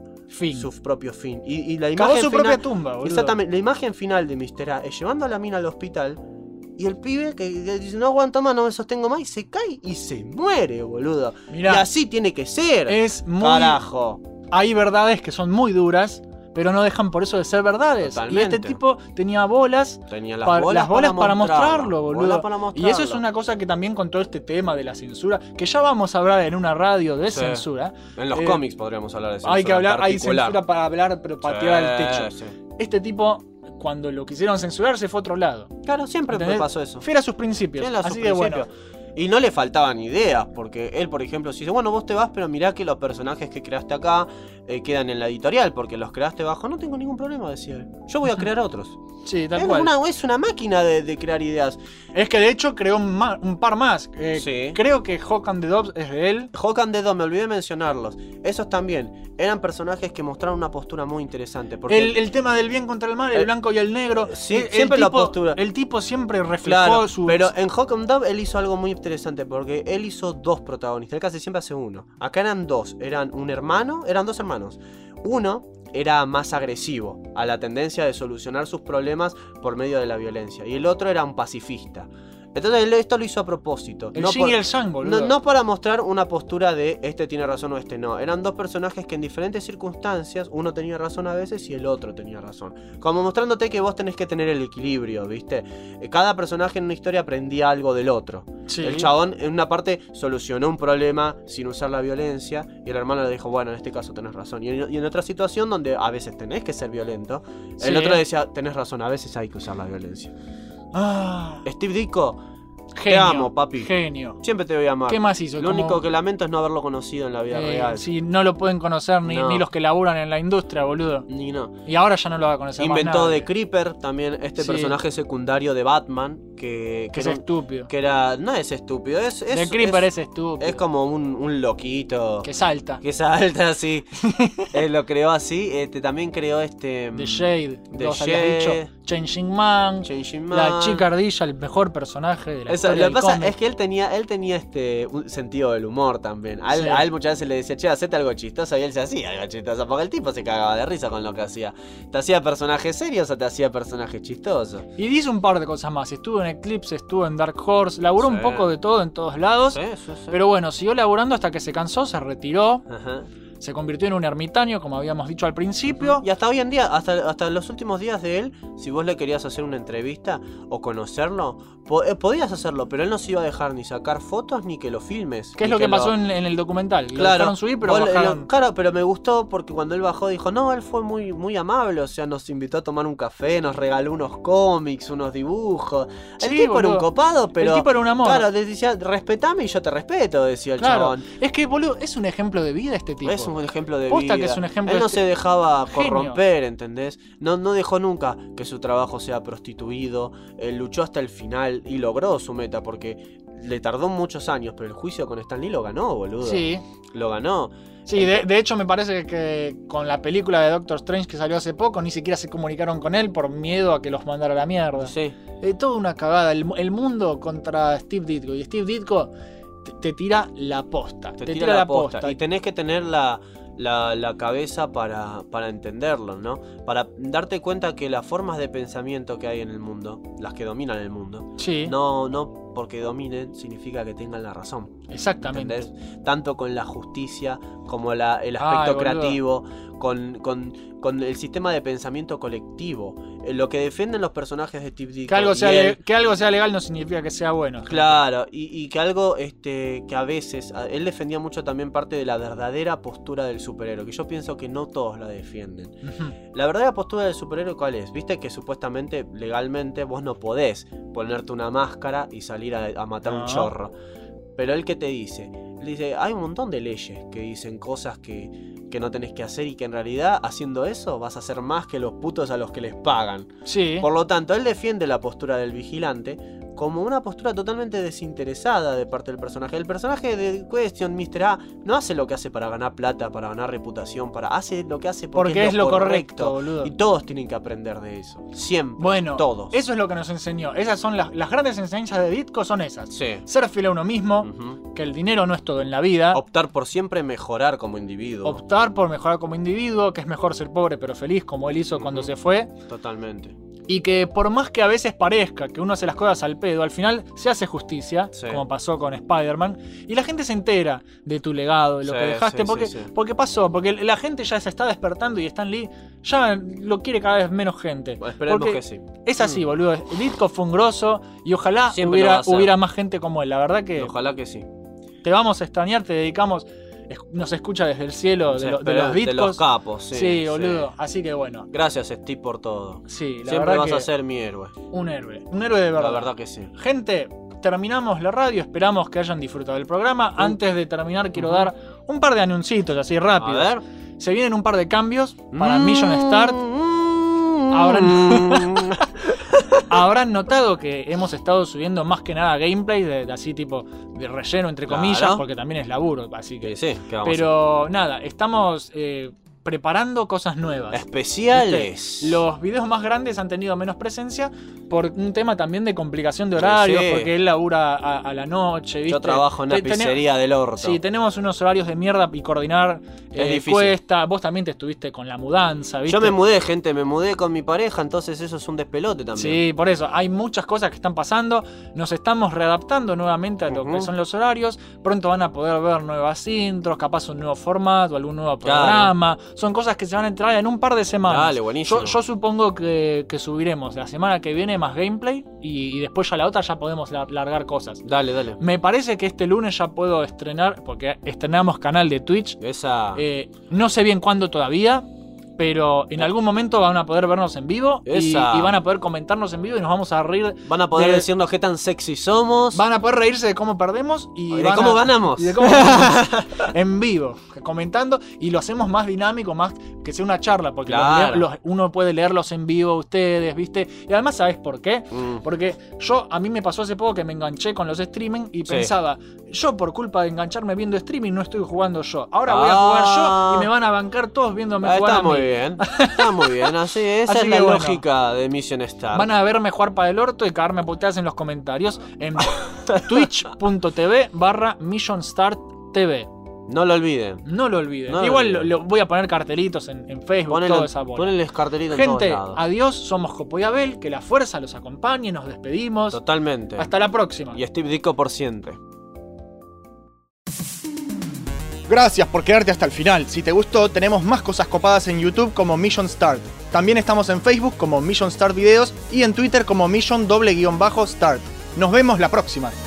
fin. Y la imagen cavó su final, propia tumba, boludo. Exactamente, la imagen final de Mr. A es llevando a la mina al hospital. Y el pibe que dice, no aguanto más, no me sostengo más, y se cae y se muere, boludo. Mirá, y así tiene que ser. Es muy... Carajo. Hay verdades que son muy duras, pero no dejan por eso de ser verdades. Totalmente. Y este tipo tenía bolas. Tenía las bolas para mostrarlo, boludo. Bolas para mostrarlo. Y eso es una cosa que también con todo este tema de la censura, que ya vamos a hablar en una radio de censura. En los cómics podríamos hablar de censura. Hay que hablar, hay particular. censura para hablar, pero para tirar al techo. Sí. Este tipo, cuando lo quisieron censurar, se fue a otro lado. Claro, siempre ¿Entendés? pasó eso. Fiel a sus principios. Fiel a sus Así que bueno. Y no le faltaban ideas, porque él, por ejemplo, si dice, bueno, vos te vas, pero mirá que los personajes que creaste acá quedan en la editorial, porque los creaste bajo. No tengo ningún problema, decía él. Yo voy a crear otros. Sí, tal cual. Es una máquina de crear ideas. Es que de hecho creó un par más. Sí. Creo que Hawk and the Dove es de él. Hawk and the Dove, me olvidé de mencionarlos. Esos también eran personajes que mostraron una postura muy interesante. Porque El tema del bien contra el mal, el blanco y el negro. Sí, siempre la postura. El tipo siempre reflejó claro, su... Pero en Hawk and Dove él hizo algo muy interesante, porque él hizo dos protagonistas. Él casi siempre hace uno. Acá eran dos. Eran dos hermanos. Uno era más agresivo, a la tendencia de solucionar sus problemas por medio de la violencia. Y el otro era un pacifista. Entonces él esto lo hizo a propósito. El yin y el yang, boludo. No para mostrar una postura de este tiene razón o este no. Eran dos personajes que en diferentes circunstancias uno tenía razón a veces y el otro tenía razón. Como mostrándote que vos tenés que tener el equilibrio, ¿viste? Cada personaje en una historia aprendía algo del otro. Sí. El chabón en una parte solucionó un problema sin usar la violencia y el hermano le dijo, bueno, en este caso tenés razón. Y en otra situación donde a veces tenés que ser violento, Sí. el otro decía, tenés razón, a veces hay que usar la violencia. Steve Ditko, Genio, te amo, papi. Genio. Siempre te voy a amar. ¿Qué más hizo? Lo único que lamento es no haberlo conocido en la vida real. Sí, no lo pueden conocer ni los que laburan en la industria, boludo. Ni no. Y ahora ya no lo va a conocer más Inventó nadie. The Creeper, también este Sí. personaje secundario de Batman, que Es era estúpido. que era, no es estúpido, The Creeper es estúpido. Es como un loquito. Que salta. Que salta así. Él lo creó así. También creó The Shade. The Vos habías Shade. dicho Changing Man. Changing La Man. chica ardilla, el mejor personaje de la Eso, historia lo que del pasa cómic. es que él tenía un sentido del humor también. A él, Sí. a él muchas veces le decía, che, hacete algo chistoso, y él se hacía algo chistoso, porque el tipo se cagaba de risa con lo que hacía. ¿Te hacía personajes serios o te hacía personajes chistosos? Y hizo un par de cosas más. Estuvo en Eclipse, estuvo en Dark Horse. Laburó Sí. un poco de todo en todos lados. Sí. Pero bueno, siguió laburando hasta que se cansó, se retiró. Ajá. Se convirtió en un ermitaño, como habíamos dicho al principio. Y hasta hoy en día, hasta los últimos días de él, si vos le querías hacer una entrevista o conocerlo, podías hacerlo, pero él no se iba a dejar ni sacar fotos ni que lo filmes. ¿Qué es lo que pasó en el documental? Lo Claro, dejaron subir, pero vos bajaron... claro, pero me gustó porque cuando él bajó dijo, no, él fue muy, muy amable, o sea, nos invitó a tomar un café, nos regaló unos cómics, unos dibujos. El Sí, tipo era un boludo. copado, pero... El tipo era un amor. Claro, decía, respetame y yo te respeto, decía el Claro, chabón. es que, boludo, es un ejemplo de vida este tipo. Es un ejemplo de Posta vida. que es un ejemplo Él no de se dejaba genio. corromper, ¿entendés? No dejó nunca que su trabajo sea prostituido. Él luchó hasta el final y logró su meta porque le tardó muchos años, pero el juicio con Stan Lee lo ganó, boludo. Sí. Lo ganó. Sí, de hecho me parece que con la película de Doctor Strange que salió hace poco, ni siquiera se comunicaron con él por miedo a que los mandara a la mierda. Sí. Toda una cagada. El mundo contra Steve Ditko. Y Steve Ditko te tira la posta. Te tira la posta. Y tenés que tener la cabeza para entenderlo, ¿no? Para darte cuenta que las formas de pensamiento que hay en el mundo, las que dominan el mundo, Sí. no porque dominen significa que tengan la razón. Exactamente. ¿Entendés? Tanto con la justicia como el aspecto creativo, con el sistema de pensamiento colectivo. Lo que defienden los personajes de Steve Ditko. Que algo sea legal no significa que sea bueno. Claro, y que algo que a veces... Él defendía mucho también parte de la verdadera postura del superhéroe, que yo pienso que no todos la defienden. La verdadera postura del superhéroe, ¿cuál es? Viste que supuestamente, legalmente, vos no podés ponerte una máscara y salir a matar un chorro. Pero él, ¿qué te dice? Le dice, hay un montón de leyes que dicen cosas que no tenés que hacer y que en realidad haciendo eso vas a hacer más que los putos a los que les pagan. Sí. Por lo tanto, él defiende la postura del vigilante como una postura totalmente desinteresada de parte del personaje. El personaje de Question, Mr. A, no hace lo que hace para ganar plata, para ganar reputación, hace lo que hace porque es lo correcto, boludo. Y todos tienen que aprender de eso. Siempre. Bueno, todos. Eso es lo que nos enseñó. Esas son las grandes enseñanzas de Ditko, son esas. Sí. Ser fiel a uno mismo, que el dinero no es todo en la vida. Optar por siempre mejorar como individuo. Optar por mejorar como individuo, que es mejor ser pobre pero feliz, como él hizo cuando se fue. Totalmente. Y que por más que a veces parezca que uno hace las cosas al pedo, al final se hace justicia, como pasó con Spider-Man, y la gente se entera de tu legado, de lo que dejaste, porque pasó, porque la gente ya se está despertando y Stan Lee ya lo quiere cada vez menos gente. Bueno, esperemos que sí. Es así, boludo. Ditko fue un grosso y ojalá hubiera más gente como él. La verdad que... Ojalá que sí. Te vamos a extrañar, te dedicamos... Nos escucha desde el cielo de los Ditkos. De los capos, sí, boludo. Así que bueno. Gracias, Steve, por todo. Sí, la siempre verdad vas que a ser mi héroe. Un héroe de verdad. La verdad que sí. Gente, terminamos la radio. Esperamos que hayan disfrutado del programa. Antes de terminar, quiero dar un par de anuncios así rápidos. A ver. Se vienen un par de cambios para Mission Start. Habrán notado que hemos estado subiendo más que nada gameplay de así tipo de relleno entre comillas, porque también es laburo, así que sí, pero nada, estamos preparando cosas nuevas, especiales. Los videos más grandes han tenido menos presencia por un tema también de complicación de horarios, porque él labura a la noche, ¿viste? Yo trabajo en una pizzería del orto. Sí, tenemos unos horarios de mierda y coordinar es difícil. Cuesta. Vos también te estuviste con la mudanza, ¿viste? Yo me mudé con mi pareja, entonces eso es un despelote también. Sí, por eso, hay muchas cosas que están pasando, nos estamos readaptando nuevamente a lo que son los horarios, pronto van a poder ver nuevas intros, capaz un nuevo formato, algún nuevo programa, son cosas que se van a entrar en un par de semanas. Dale, buenísimo. Yo supongo que subiremos la semana que viene más gameplay y después ya la otra ya podemos largar cosas. Dale. Me parece que este lunes ya puedo estrenar, porque estrenamos canal de Twitch. No sé bien cuándo todavía, pero en algún momento van a poder vernos en vivo y van a poder comentarnos en vivo y nos vamos a reír. Van a poder decirnos qué tan sexy somos. Van a poder reírse de cómo perdemos y de cómo ganamos. Y de cómo ganamos en vivo, comentando, y lo hacemos más dinámico, más que sea una charla, porque uno puede leerlos en vivo ustedes, ¿viste? Y además, ¿sabes por qué? Porque a mí me pasó hace poco que me enganché con los streaming y pensaba, yo por culpa de engancharme viendo streaming no estoy jugando yo. Ahora voy a jugar yo y me van a bancar todos viéndome jugar a mí. Está muy bien, así es. Esa es la lógica de Mission Start. Van a verme jugar para el orto y cagarme puteadas en los comentarios en twitch.tv/MissionStartTV. No lo olviden. Igual voy a poner cartelitos en Facebook, toda esa bola. Ponenles cartelitos en todos lados. Gente, adiós, somos Jopo y Abel, que la fuerza los acompañe, nos despedimos. Totalmente. Hasta la próxima. Y Steve Ditko por siempre. Gracias por quedarte hasta el final. Si te gustó, tenemos más cosas copadas en YouTube como Mission Start. También estamos en Facebook como Mission Start Videos y en Twitter como Mission_Start. Nos vemos la próxima.